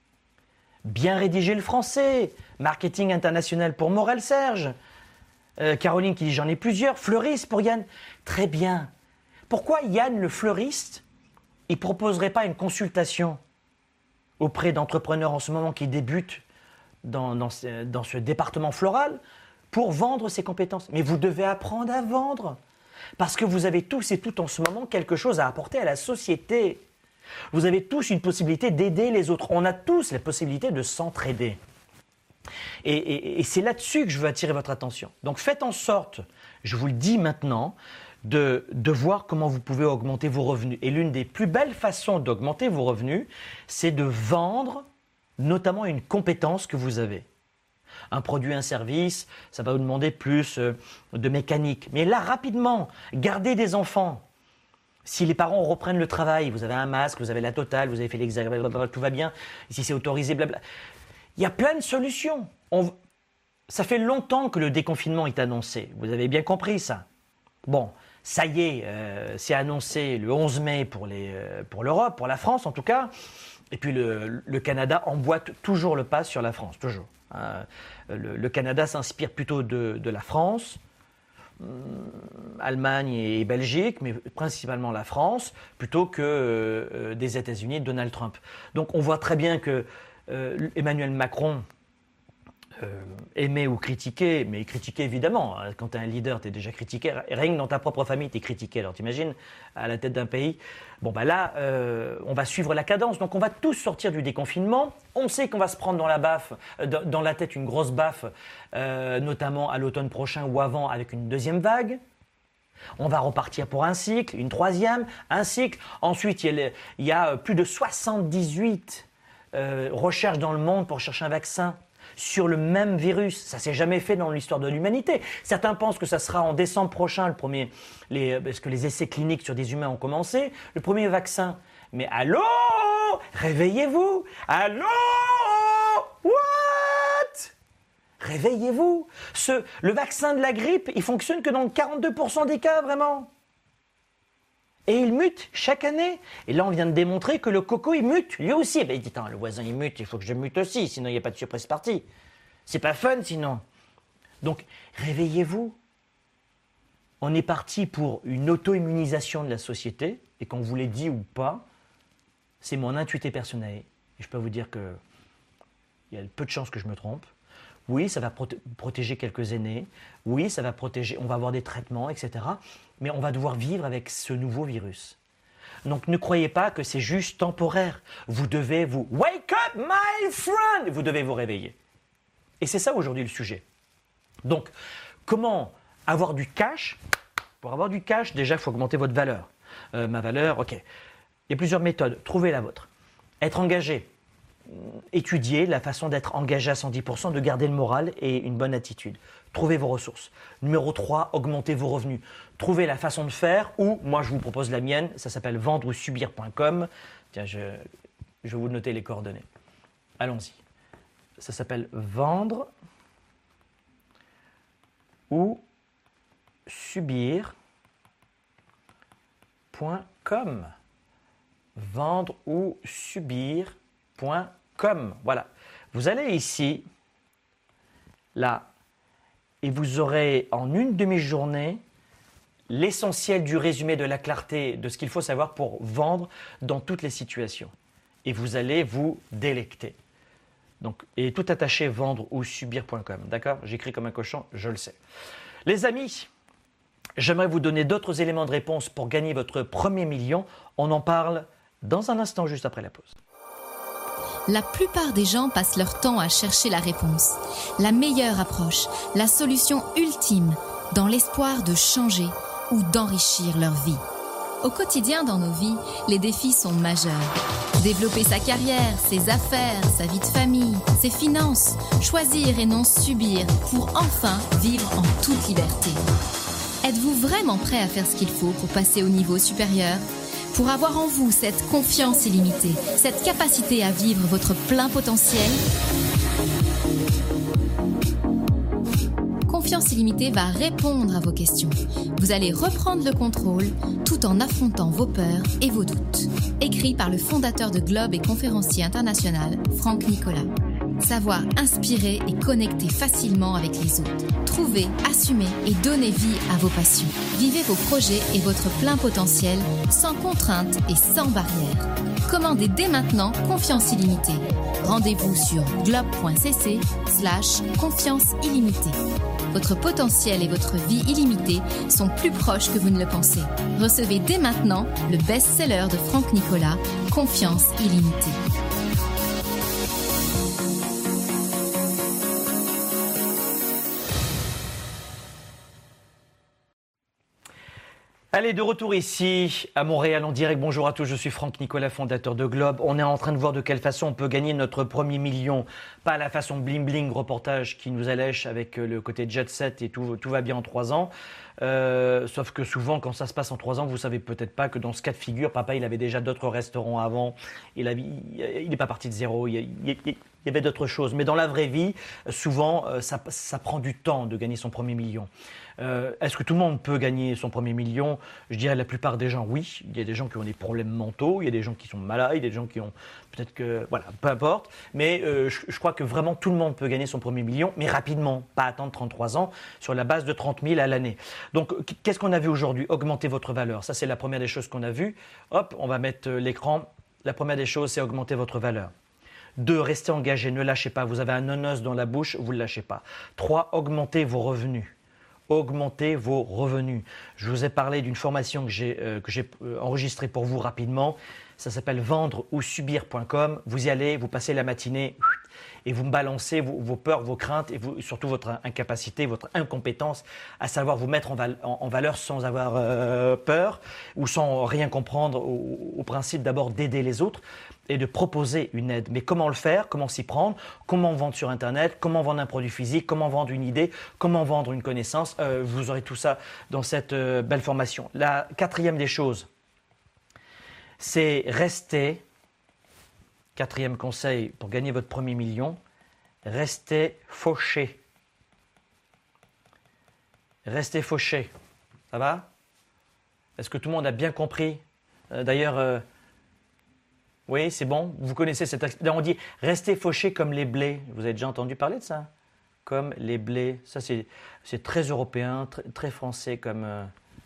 bien rédiger le français, marketing international pour Morel Serge. Euh, Caroline qui dit j'en ai plusieurs, fleuriste pour Yann. Très bien. Pourquoi Yann le fleuriste, il ne proposerait pas une consultation auprès d'entrepreneurs en ce moment qui débutent dans, dans, ce, dans ce département floral pour vendre ses compétences? Mais vous devez apprendre à vendre parce que vous avez tous et toutes en ce moment quelque chose à apporter à la société. Vous avez tous une possibilité d'aider les autres. On a tous la possibilité de s'entraider. Et, et, et c'est là-dessus que je veux attirer votre attention. Donc faites en sorte, je vous le dis maintenant, de, de voir comment vous pouvez augmenter vos revenus. Et l'une des plus belles façons d'augmenter vos revenus, c'est de vendre notamment une compétence que vous avez. Un produit, un service, ça va vous demander plus euh, de mécanique. Mais là, rapidement, gardez des enfants. Si les parents reprennent le travail, vous avez un masque, vous avez la totale, vous avez fait l'examen, tout va bien, si c'est autorisé, blabla. Il y a plein de solutions. On... Ça fait longtemps que le déconfinement est annoncé. Vous avez bien compris ça. Bon, ça y est, euh, c'est annoncé le onze mai pour, les, euh, pour l'Europe, pour la France en tout cas. Et puis le, le Canada emboîte toujours le pas sur la France, toujours. Euh, le, le Canada s'inspire plutôt de, de la France, euh, Allemagne et Belgique, mais principalement la France, plutôt que euh, des États-Unis de Donald Trump. Donc on voit très bien que Euh, Emmanuel Macron euh, aimait ou critiquait, mais critiquait évidemment. Hein, quand tu es un leader, tu es déjà critiqué. Rien que dans ta propre famille, tu es critiqué. Alors t'imagines, à la tête d'un pays. Bon, bah là, euh, on va suivre la cadence. Donc on va tous sortir du déconfinement. On sait qu'on va se prendre dans la baffe, euh, dans la tête une grosse baffe, euh, notamment à l'automne prochain ou avant avec une deuxième vague. On va repartir pour un cycle, une troisième, un cycle. Ensuite, il y a, il y a plus de soixante-dix-huit Euh, recherche dans le monde pour chercher un vaccin sur le même virus. Ça ne s'est jamais fait dans l'histoire de l'humanité. Certains pensent que ça sera en décembre prochain, le premier, les, parce que les essais cliniques sur des humains ont commencé, le premier vaccin. Mais allô? Réveillez-vous! Allô? What? Réveillez-vous! Ce, le vaccin de la grippe, il fonctionne que dans quarante-deux pour cent des cas, vraiment. Et il mute chaque année. Et là, on vient de démontrer que le coco, il mute, lui aussi. Ben, il dit, le voisin, il mute, il faut que je mute aussi, sinon il n'y a pas de surprise partie. C'est pas fun, sinon. Donc, réveillez-vous. On est parti pour une auto-immunisation de la société, et qu'on vous l'ait dit ou pas, c'est mon intuité personnelle. Et je peux vous dire que il y a peu de chances que je me trompe. Oui, ça va proté- protéger quelques aînés. Oui, ça va protéger, on va avoir des traitements, et cetera. Mais on va devoir vivre avec ce nouveau virus. Donc ne croyez pas que c'est juste temporaire. Vous devez vous wake up, my friend. Vous devez vous réveiller. Et c'est ça aujourd'hui le sujet. Donc, comment avoir du cash? Pour avoir du cash, déjà, il faut augmenter votre valeur. Euh, ma valeur, ok. Il y a plusieurs méthodes. Trouvez la vôtre. Être engagé. Étudier la façon d'être engagé à cent dix pour cent, de garder le moral et une bonne attitude. Trouvez vos ressources. Numéro trois, augmentez vos revenus. Trouvez la façon de faire, ou moi je vous propose la mienne, ça s'appelle vendre ou subir point com. Tiens, je, je vais vous noter les coordonnées. Allons-y. Ça s'appelle vendre ou subir point com. Vendre ou subir point com. Voilà. Vous allez ici, là, et vous aurez en une demi-journée l'essentiel du résumé de la clarté de ce qu'il faut savoir pour vendre dans toutes les situations. Et vous allez vous délecter. Donc, et tout attaché, vendre ou subir point com. D'accord? J'écris comme un cochon, je le sais. Les amis, j'aimerais vous donner d'autres éléments de réponse pour gagner votre premier million. On en parle dans un instant, juste après la pause. La plupart des gens passent leur temps à chercher la réponse, la meilleure approche, la solution ultime, dans l'espoir de changer ou d'enrichir leur vie. Au quotidien dans nos vies, les défis sont majeurs. Développer sa carrière, ses affaires, sa vie de famille, ses finances, choisir et non subir pour enfin vivre en toute liberté. Êtes-vous vraiment prêt à faire ce qu'il faut pour passer au niveau supérieur ? Pour avoir en vous cette confiance illimitée, cette capacité à vivre votre plein potentiel ? Confiance illimitée va répondre à vos questions. Vous allez reprendre le contrôle tout en affrontant vos peurs et vos doutes. Écrit par le fondateur de Globe et conférencier international, Franck Nicolas. Savoir inspirer et connecter facilement avec les autres. Trouvez, assumez et donnez vie à vos passions. Vivez vos projets et votre plein potentiel sans contraintes et sans barrières. Commandez dès maintenant Confiance illimitée. Rendez-vous sur globe.cc slash confiance illimitée. Votre potentiel et votre vie illimitée sont plus proches que vous ne le pensez. Recevez dès maintenant le best-seller de Franck Nicolas, Confiance illimitée. Allez, de retour ici à Montréal en direct. Bonjour à tous, je suis Franck Nicolas, fondateur de Globe. On est en train de voir de quelle façon on peut gagner notre premier million. Pas à la façon bling bling, reportage qui nous allèche avec le côté jet set et tout, tout va bien en trois ans. Euh, sauf que souvent, quand ça se passe en trois ans, vous savez peut-être pas que dans ce cas de figure, papa, il avait déjà d'autres restaurants avant. Il n'est pas parti de zéro. Il, il, il y avait d'autres choses. Mais dans la vraie vie, souvent, ça, ça prend du temps de gagner son premier million. Euh, est-ce que tout le monde peut gagner son premier million? Je dirais la plupart des gens, oui. Il y a des gens qui ont des problèmes mentaux, il y a des gens qui sont malades, il y a des gens qui ont peut-être que... Voilà, peu importe. Mais euh, je, je crois que vraiment tout le monde peut gagner son premier million, mais rapidement, pas attendre trente-trois ans, sur la base de trente mille à l'année. Donc, qu'est-ce qu'on a vu aujourd'hui? Augmenter votre valeur. Ça, c'est la première des choses qu'on a vues. Hop, on va mettre l'écran. La première des choses, c'est augmenter votre valeur. Deux, restez engagé, ne lâchez pas. Vous avez un nonos dans la bouche, vous ne le lâchez pas. Trois, augmentez vos revenus. Augmentez vos revenus. Je vous ai parlé d'une formation que j'ai euh, que j'ai euh, enregistrée pour vous rapidement. Ça s'appelle vendre ou subir point com. Vous y allez, vous passez la matinée et vous me balancez vos, vos peurs, vos craintes et vous, surtout votre incapacité, votre incompétence à savoir vous mettre en, val, en, en valeur sans avoir euh, peur ou sans rien comprendre au, au principe d'abord d'aider les autres et de proposer une aide. Mais comment le faire? Comment s'y prendre? Comment vendre sur Internet? Comment vendre un produit physique? Comment vendre une idée? Comment vendre une connaissance? euh, Vous aurez tout ça dans cette euh, belle formation. La quatrième des choses, c'est rester, quatrième conseil pour gagner votre premier million, restez fauché. Restez fauché. Ça va? Est-ce que tout le monde a bien compris? euh, D'ailleurs, euh, oui, c'est bon. Vous connaissez cette expression. On dit restez fauché comme les blés. Vous avez déjà entendu parler de ça? Comme les blés. Ça, c'est, c'est très européen, très, très français comme... Euh...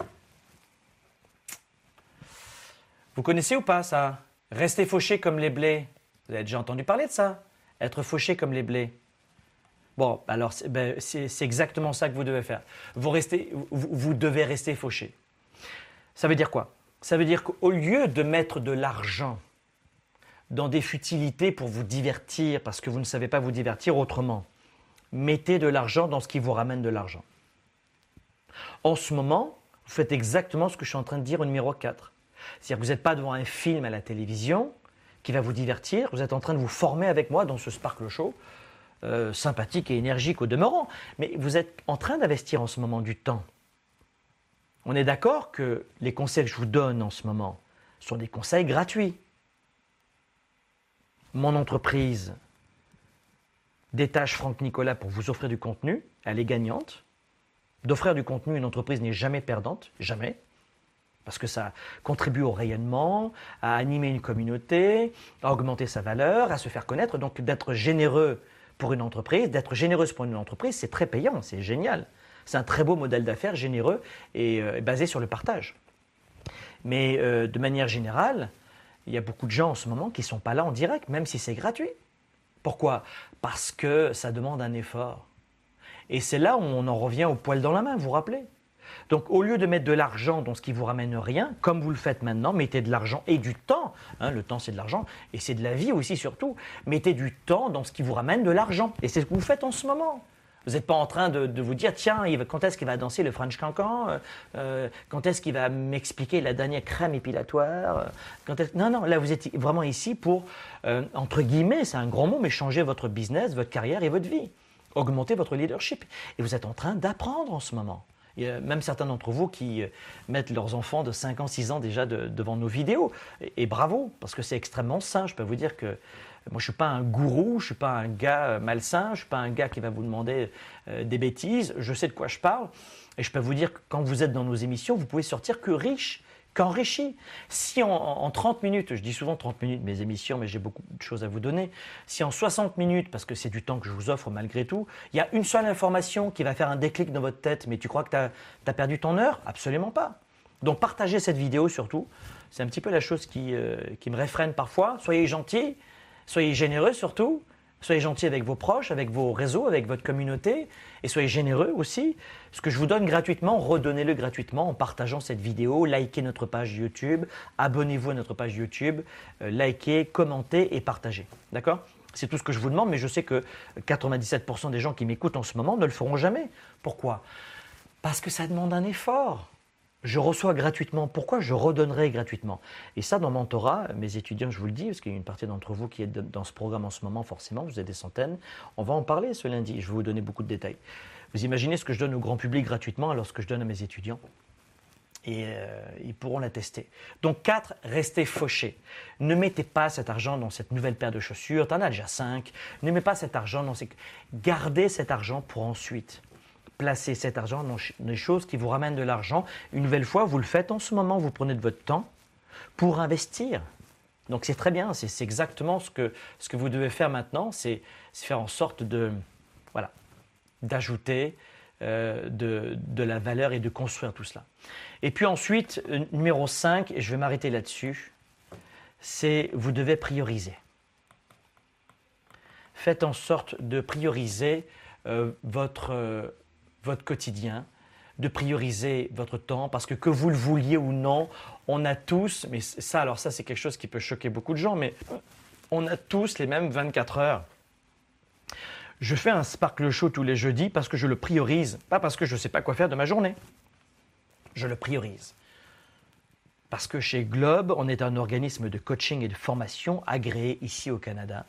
Vous connaissez ou pas ça? Restez fauché comme les blés. Vous avez déjà entendu parler de ça? Être fauché comme les blés. Bon, alors c'est, ben, c'est, c'est exactement ça que vous devez faire. Vous, restez, vous, vous devez rester fauché. Ça veut dire quoi? Ça veut dire qu'au lieu de mettre de l'argent dans des futilités pour vous divertir, parce que vous ne savez pas vous divertir autrement, mettez de l'argent dans ce qui vous ramène de l'argent. En ce moment, vous faites exactement ce que je suis en train de dire au numéro quatre. C'est-à-dire que vous n'êtes pas devant un film à la télévision qui va vous divertir, vous êtes en train de vous former avec moi dans ce Sparkle Show, euh, sympathique et énergique au demeurant, mais vous êtes en train d'investir en ce moment du temps. On est d'accord que les conseils que je vous donne en ce moment sont des conseils gratuits. Mon entreprise détache Franck Nicolas pour vous offrir du contenu, elle est gagnante. D'offrir du contenu, une entreprise n'est jamais perdante, jamais. Parce que ça contribue au rayonnement, à animer une communauté, à augmenter sa valeur, à se faire connaître. Donc d'être généreux pour une entreprise, d'être généreuse pour une entreprise, c'est très payant, c'est génial. C'est un très beau modèle d'affaires, généreux et euh, basé sur le partage. Mais euh, de manière générale, il y a beaucoup de gens en ce moment qui ne sont pas là en direct, même si c'est gratuit. Pourquoi? Parce que ça demande un effort. Et c'est là où on en revient au poil dans la main, vous vous rappelez? Donc au lieu de mettre de l'argent dans ce qui vous ramène rien, comme vous le faites maintenant, mettez de l'argent et du temps, hein, le temps c'est de l'argent, et c'est de la vie aussi surtout, mettez du temps dans ce qui vous ramène de l'argent. Et c'est ce que vous faites en ce moment. Vous n'êtes pas en train de, de vous dire, tiens, quand est-ce qu'il va danser le French Cancan, euh, quand est-ce qu'il va m'expliquer la dernière crème épilatoire, quand est-ce... Non, non, là vous êtes vraiment ici pour, euh, entre guillemets, c'est un grand mot, mais changer votre business, votre carrière et votre vie. Augmenter votre leadership. Et vous êtes en train d'apprendre en ce moment. Il y a même certains d'entre vous qui mettent leurs enfants de cinq ans, six ans déjà de, devant nos vidéos. Et, et bravo, parce que c'est extrêmement sain. Je peux vous dire que Moi, je ne suis pas un gourou, je ne suis pas un gars malsain, je ne suis pas un gars qui va vous demander euh, des bêtises. Je sais de quoi je parle. Et je peux vous dire que quand vous êtes dans nos émissions, vous pouvez sortir que riche, qu'enrichi. Si en, en trente minutes, je dis souvent trente minutes mes émissions, mais j'ai beaucoup de choses à vous donner, si en soixante minutes, parce que c'est du temps que je vous offre malgré tout, il y a une seule information qui va faire un déclic dans votre tête, mais tu crois que tu as, tu as perdu ton heure? Absolument pas. Donc partagez cette vidéo surtout. C'est un petit peu la chose qui, euh, qui me réfrène parfois. Soyez gentils, soyez généreux surtout. Soyez gentils avec vos proches, avec vos réseaux, avec votre communauté. Et soyez généreux aussi. Ce que je vous donne gratuitement, redonnez-le gratuitement en partageant cette vidéo. Likez notre page YouTube. Abonnez-vous à notre page YouTube. Euh, likez, commentez et partagez. D'accord? C'est tout ce que je vous demande, mais je sais que quatre-vingt-dix-sept pour cent des gens qui m'écoutent en ce moment ne le feront jamais. Pourquoi? Parce que ça demande un effort. Je reçois gratuitement. Pourquoi je redonnerai gratuitement? Et ça, dans mon mentorat, mes étudiants, je vous le dis, parce qu'il y a une partie d'entre vous qui est dans ce programme en ce moment, forcément, vous êtes des centaines. On va en parler ce lundi. Je vais vous donner beaucoup de détails. Vous imaginez ce que je donne au grand public gratuitement alors ce que je donne à mes étudiants? Et euh, ils pourront l'attester. Donc, quatre, restez fauchés. Ne mettez pas cet argent dans cette nouvelle paire de chaussures. Tu en as déjà cinq. Ne mettez pas cet argent dans ces... Gardez cet argent pour ensuite placer cet argent dans des choses qui vous ramènent de l'argent. Une nouvelle fois, vous le faites en ce moment, vous prenez de votre temps pour investir. Donc c'est très bien, c'est exactement ce que, ce que vous devez faire maintenant, c'est faire en sorte de, voilà, d'ajouter euh, de, de la valeur et de construire tout cela. Et puis ensuite, euh, numéro cinq, et je vais m'arrêter là-dessus, c'est vous devez prioriser. Faites en sorte de prioriser euh, votre... Euh, votre quotidien, de prioriser votre temps, parce que que vous le vouliez ou non, on a tous, mais ça, alors ça c'est quelque chose qui peut choquer beaucoup de gens, mais on a tous les mêmes vingt-quatre heures. Je fais un Sparkle Show tous les jeudis parce que je le priorise, pas parce que je ne sais pas quoi faire de ma journée. Je le priorise. Parce que chez Globe, on est un organisme de coaching et de formation agréé ici au Canada.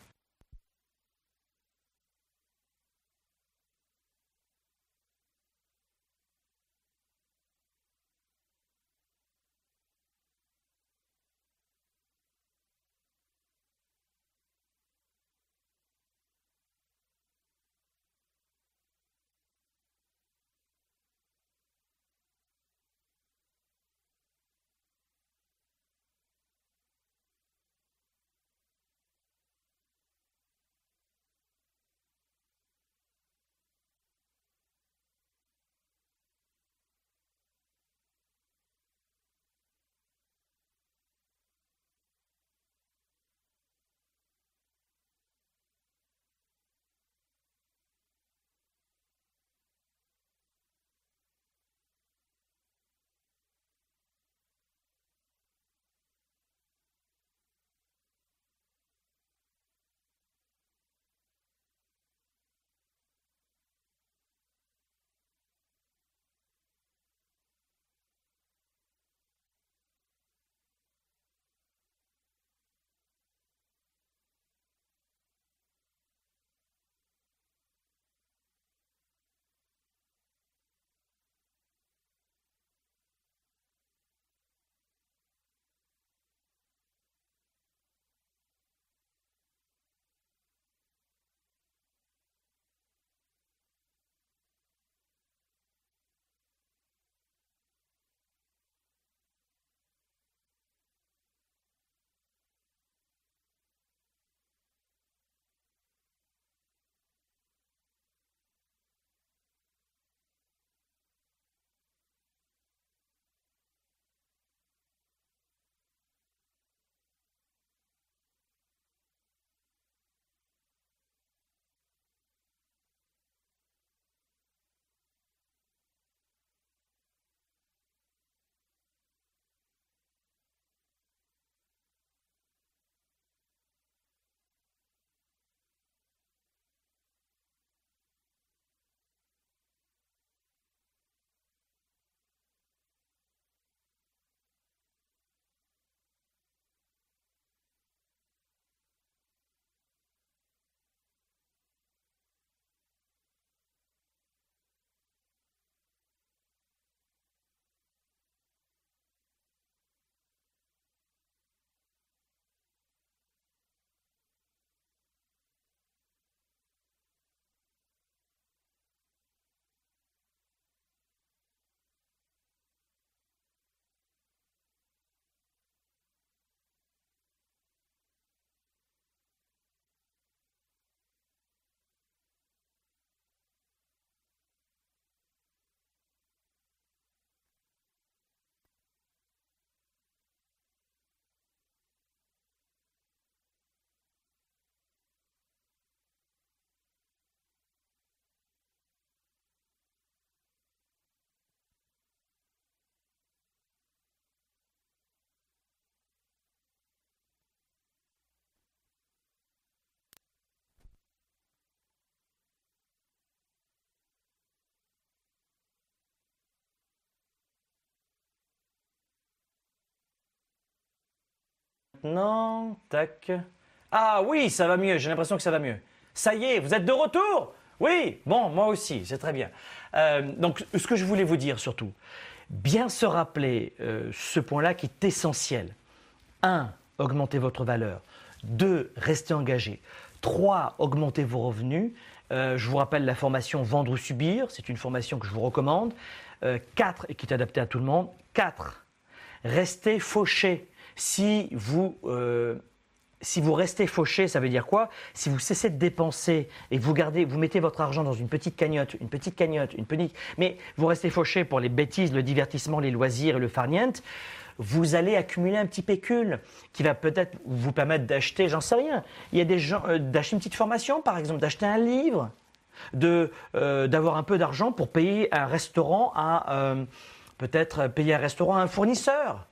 maintenant. Tac. Ah oui, ça va mieux, j'ai l'impression que ça va mieux. Ça y est, vous êtes de retour? Oui, bon, moi aussi, c'est très bien. Euh, donc, ce que je voulais vous dire surtout, bien se rappeler euh, ce point-là qui est essentiel. un. Augmentez votre valeur. deux. Restez engagé. trois. Augmentez vos revenus. Euh, je vous rappelle la formation Vendre ou Subir, c'est une formation que je vous recommande. Euh, quatre. Et qui est adaptée à tout le monde. quatre. Restez fauché. Si vous... Euh, Si vous restez fauché, ça veut dire quoi? Si vous cessez de dépenser et que vous gardez, vous mettez votre argent dans une petite cagnotte, une petite cagnotte, une petite, mais vous restez fauché pour les bêtises, le divertissement, les loisirs et le farniente, vous allez accumuler un petit pécule qui va peut-être vous permettre d'acheter, j'en sais rien. Il y a des gens euh, d'acheter une petite formation, par exemple, d'acheter un livre, de euh, d'avoir un peu d'argent pour payer un restaurant à euh, peut-être payer un restaurant à un fournisseur.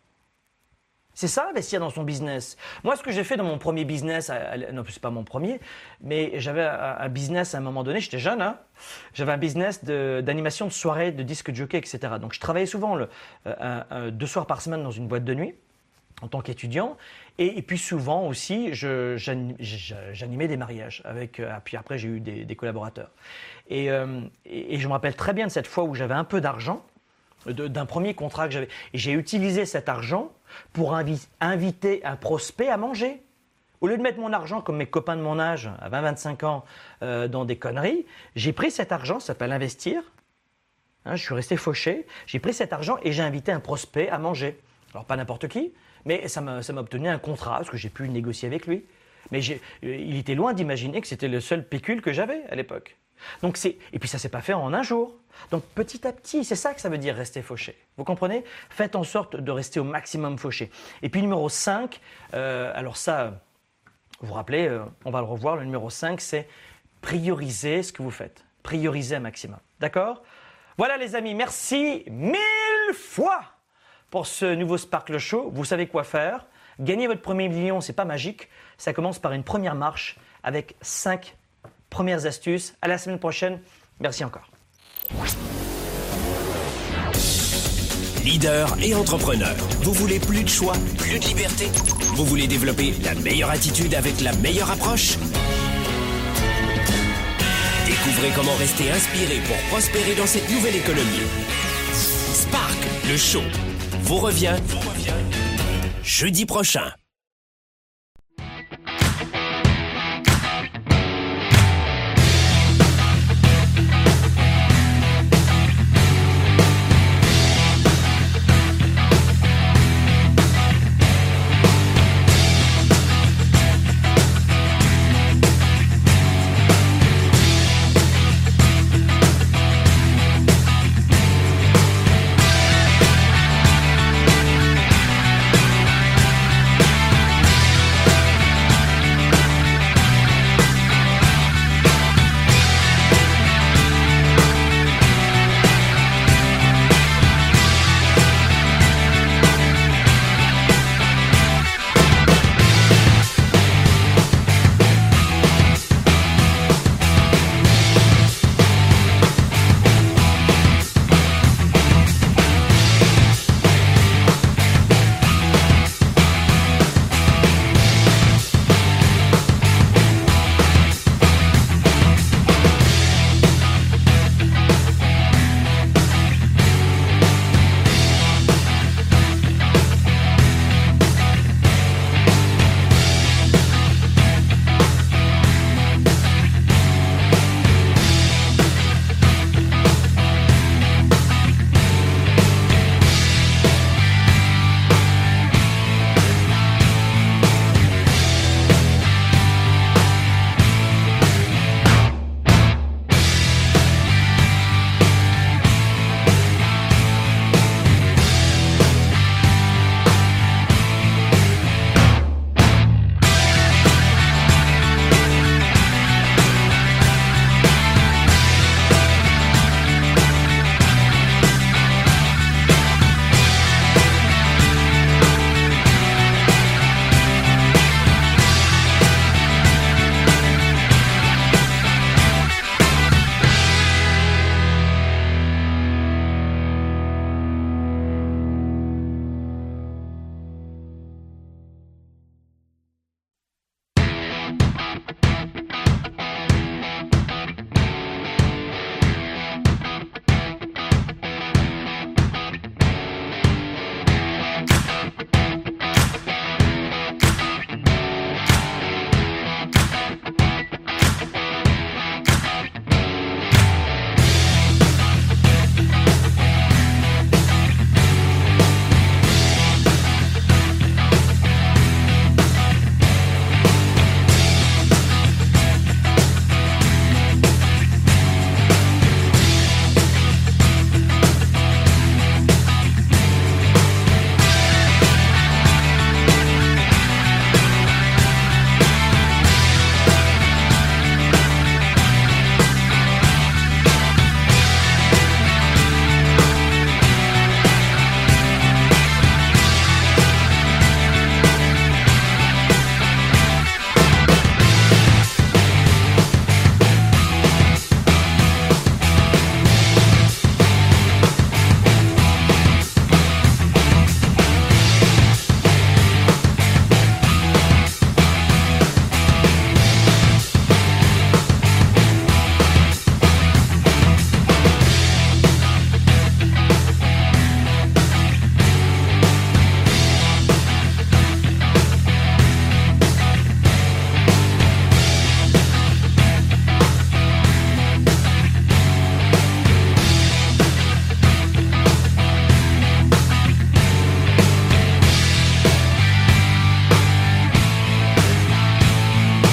C'est ça, investir dans son business. Moi, ce que j'ai fait dans mon premier business, non, c'est pas mon premier, mais j'avais un, un business à un moment donné, j'étais jeune, hein, j'avais un business de, d'animation de soirée, de disque jockey, et cetera. Donc, je travaillais souvent le, un, un, deux soirs par semaine dans une boîte de nuit en tant qu'étudiant. Et, et puis souvent aussi, je, j'animais des mariages. Avec, euh, puis après, j'ai eu des, des collaborateurs. Et, euh, et, et je me rappelle très bien de cette fois où j'avais un peu d'argent, d'un premier contrat que j'avais. Et j'ai utilisé cet argent pour invi- inviter un prospect à manger. Au lieu de mettre mon argent, comme mes copains de mon âge, à vingt à vingt-cinq ans, euh, dans des conneries, j'ai pris cet argent, ça s'appelle investir. Hein, je suis resté fauché. J'ai pris cet argent et j'ai invité un prospect à manger. Alors, pas n'importe qui, mais ça m'a, ça m'a obtenu un contrat, parce que j'ai pu négocier avec lui. Mais j'ai, il était loin d'imaginer que c'était le seul pécule que j'avais à l'époque. Donc c'est, et puis ça ne s'est pas fait en un jour. Donc petit à petit, c'est ça que ça veut dire rester fauché. Vous comprenez? Faites en sorte de rester au maximum fauché. Et puis numéro cinq, euh, alors ça, vous vous rappelez, euh, on va le revoir, le numéro cinq, c'est prioriser ce que vous faites. Prioriser un maximum. D'accord? Voilà les amis, merci mille fois pour ce nouveau Sparkle Show. Vous savez quoi faire. Gagner votre premier million, c'est pas magique. Ça commence par une première marche avec cinq premières astuces. À la semaine prochaine. Merci encore. Leader et entrepreneur. Vous voulez plus de choix, plus de liberté? Vous voulez développer la meilleure attitude avec la meilleure approche? Découvrez comment rester inspiré pour prospérer dans cette nouvelle économie. Spark, le show, vous revient, vous revient jeudi prochain.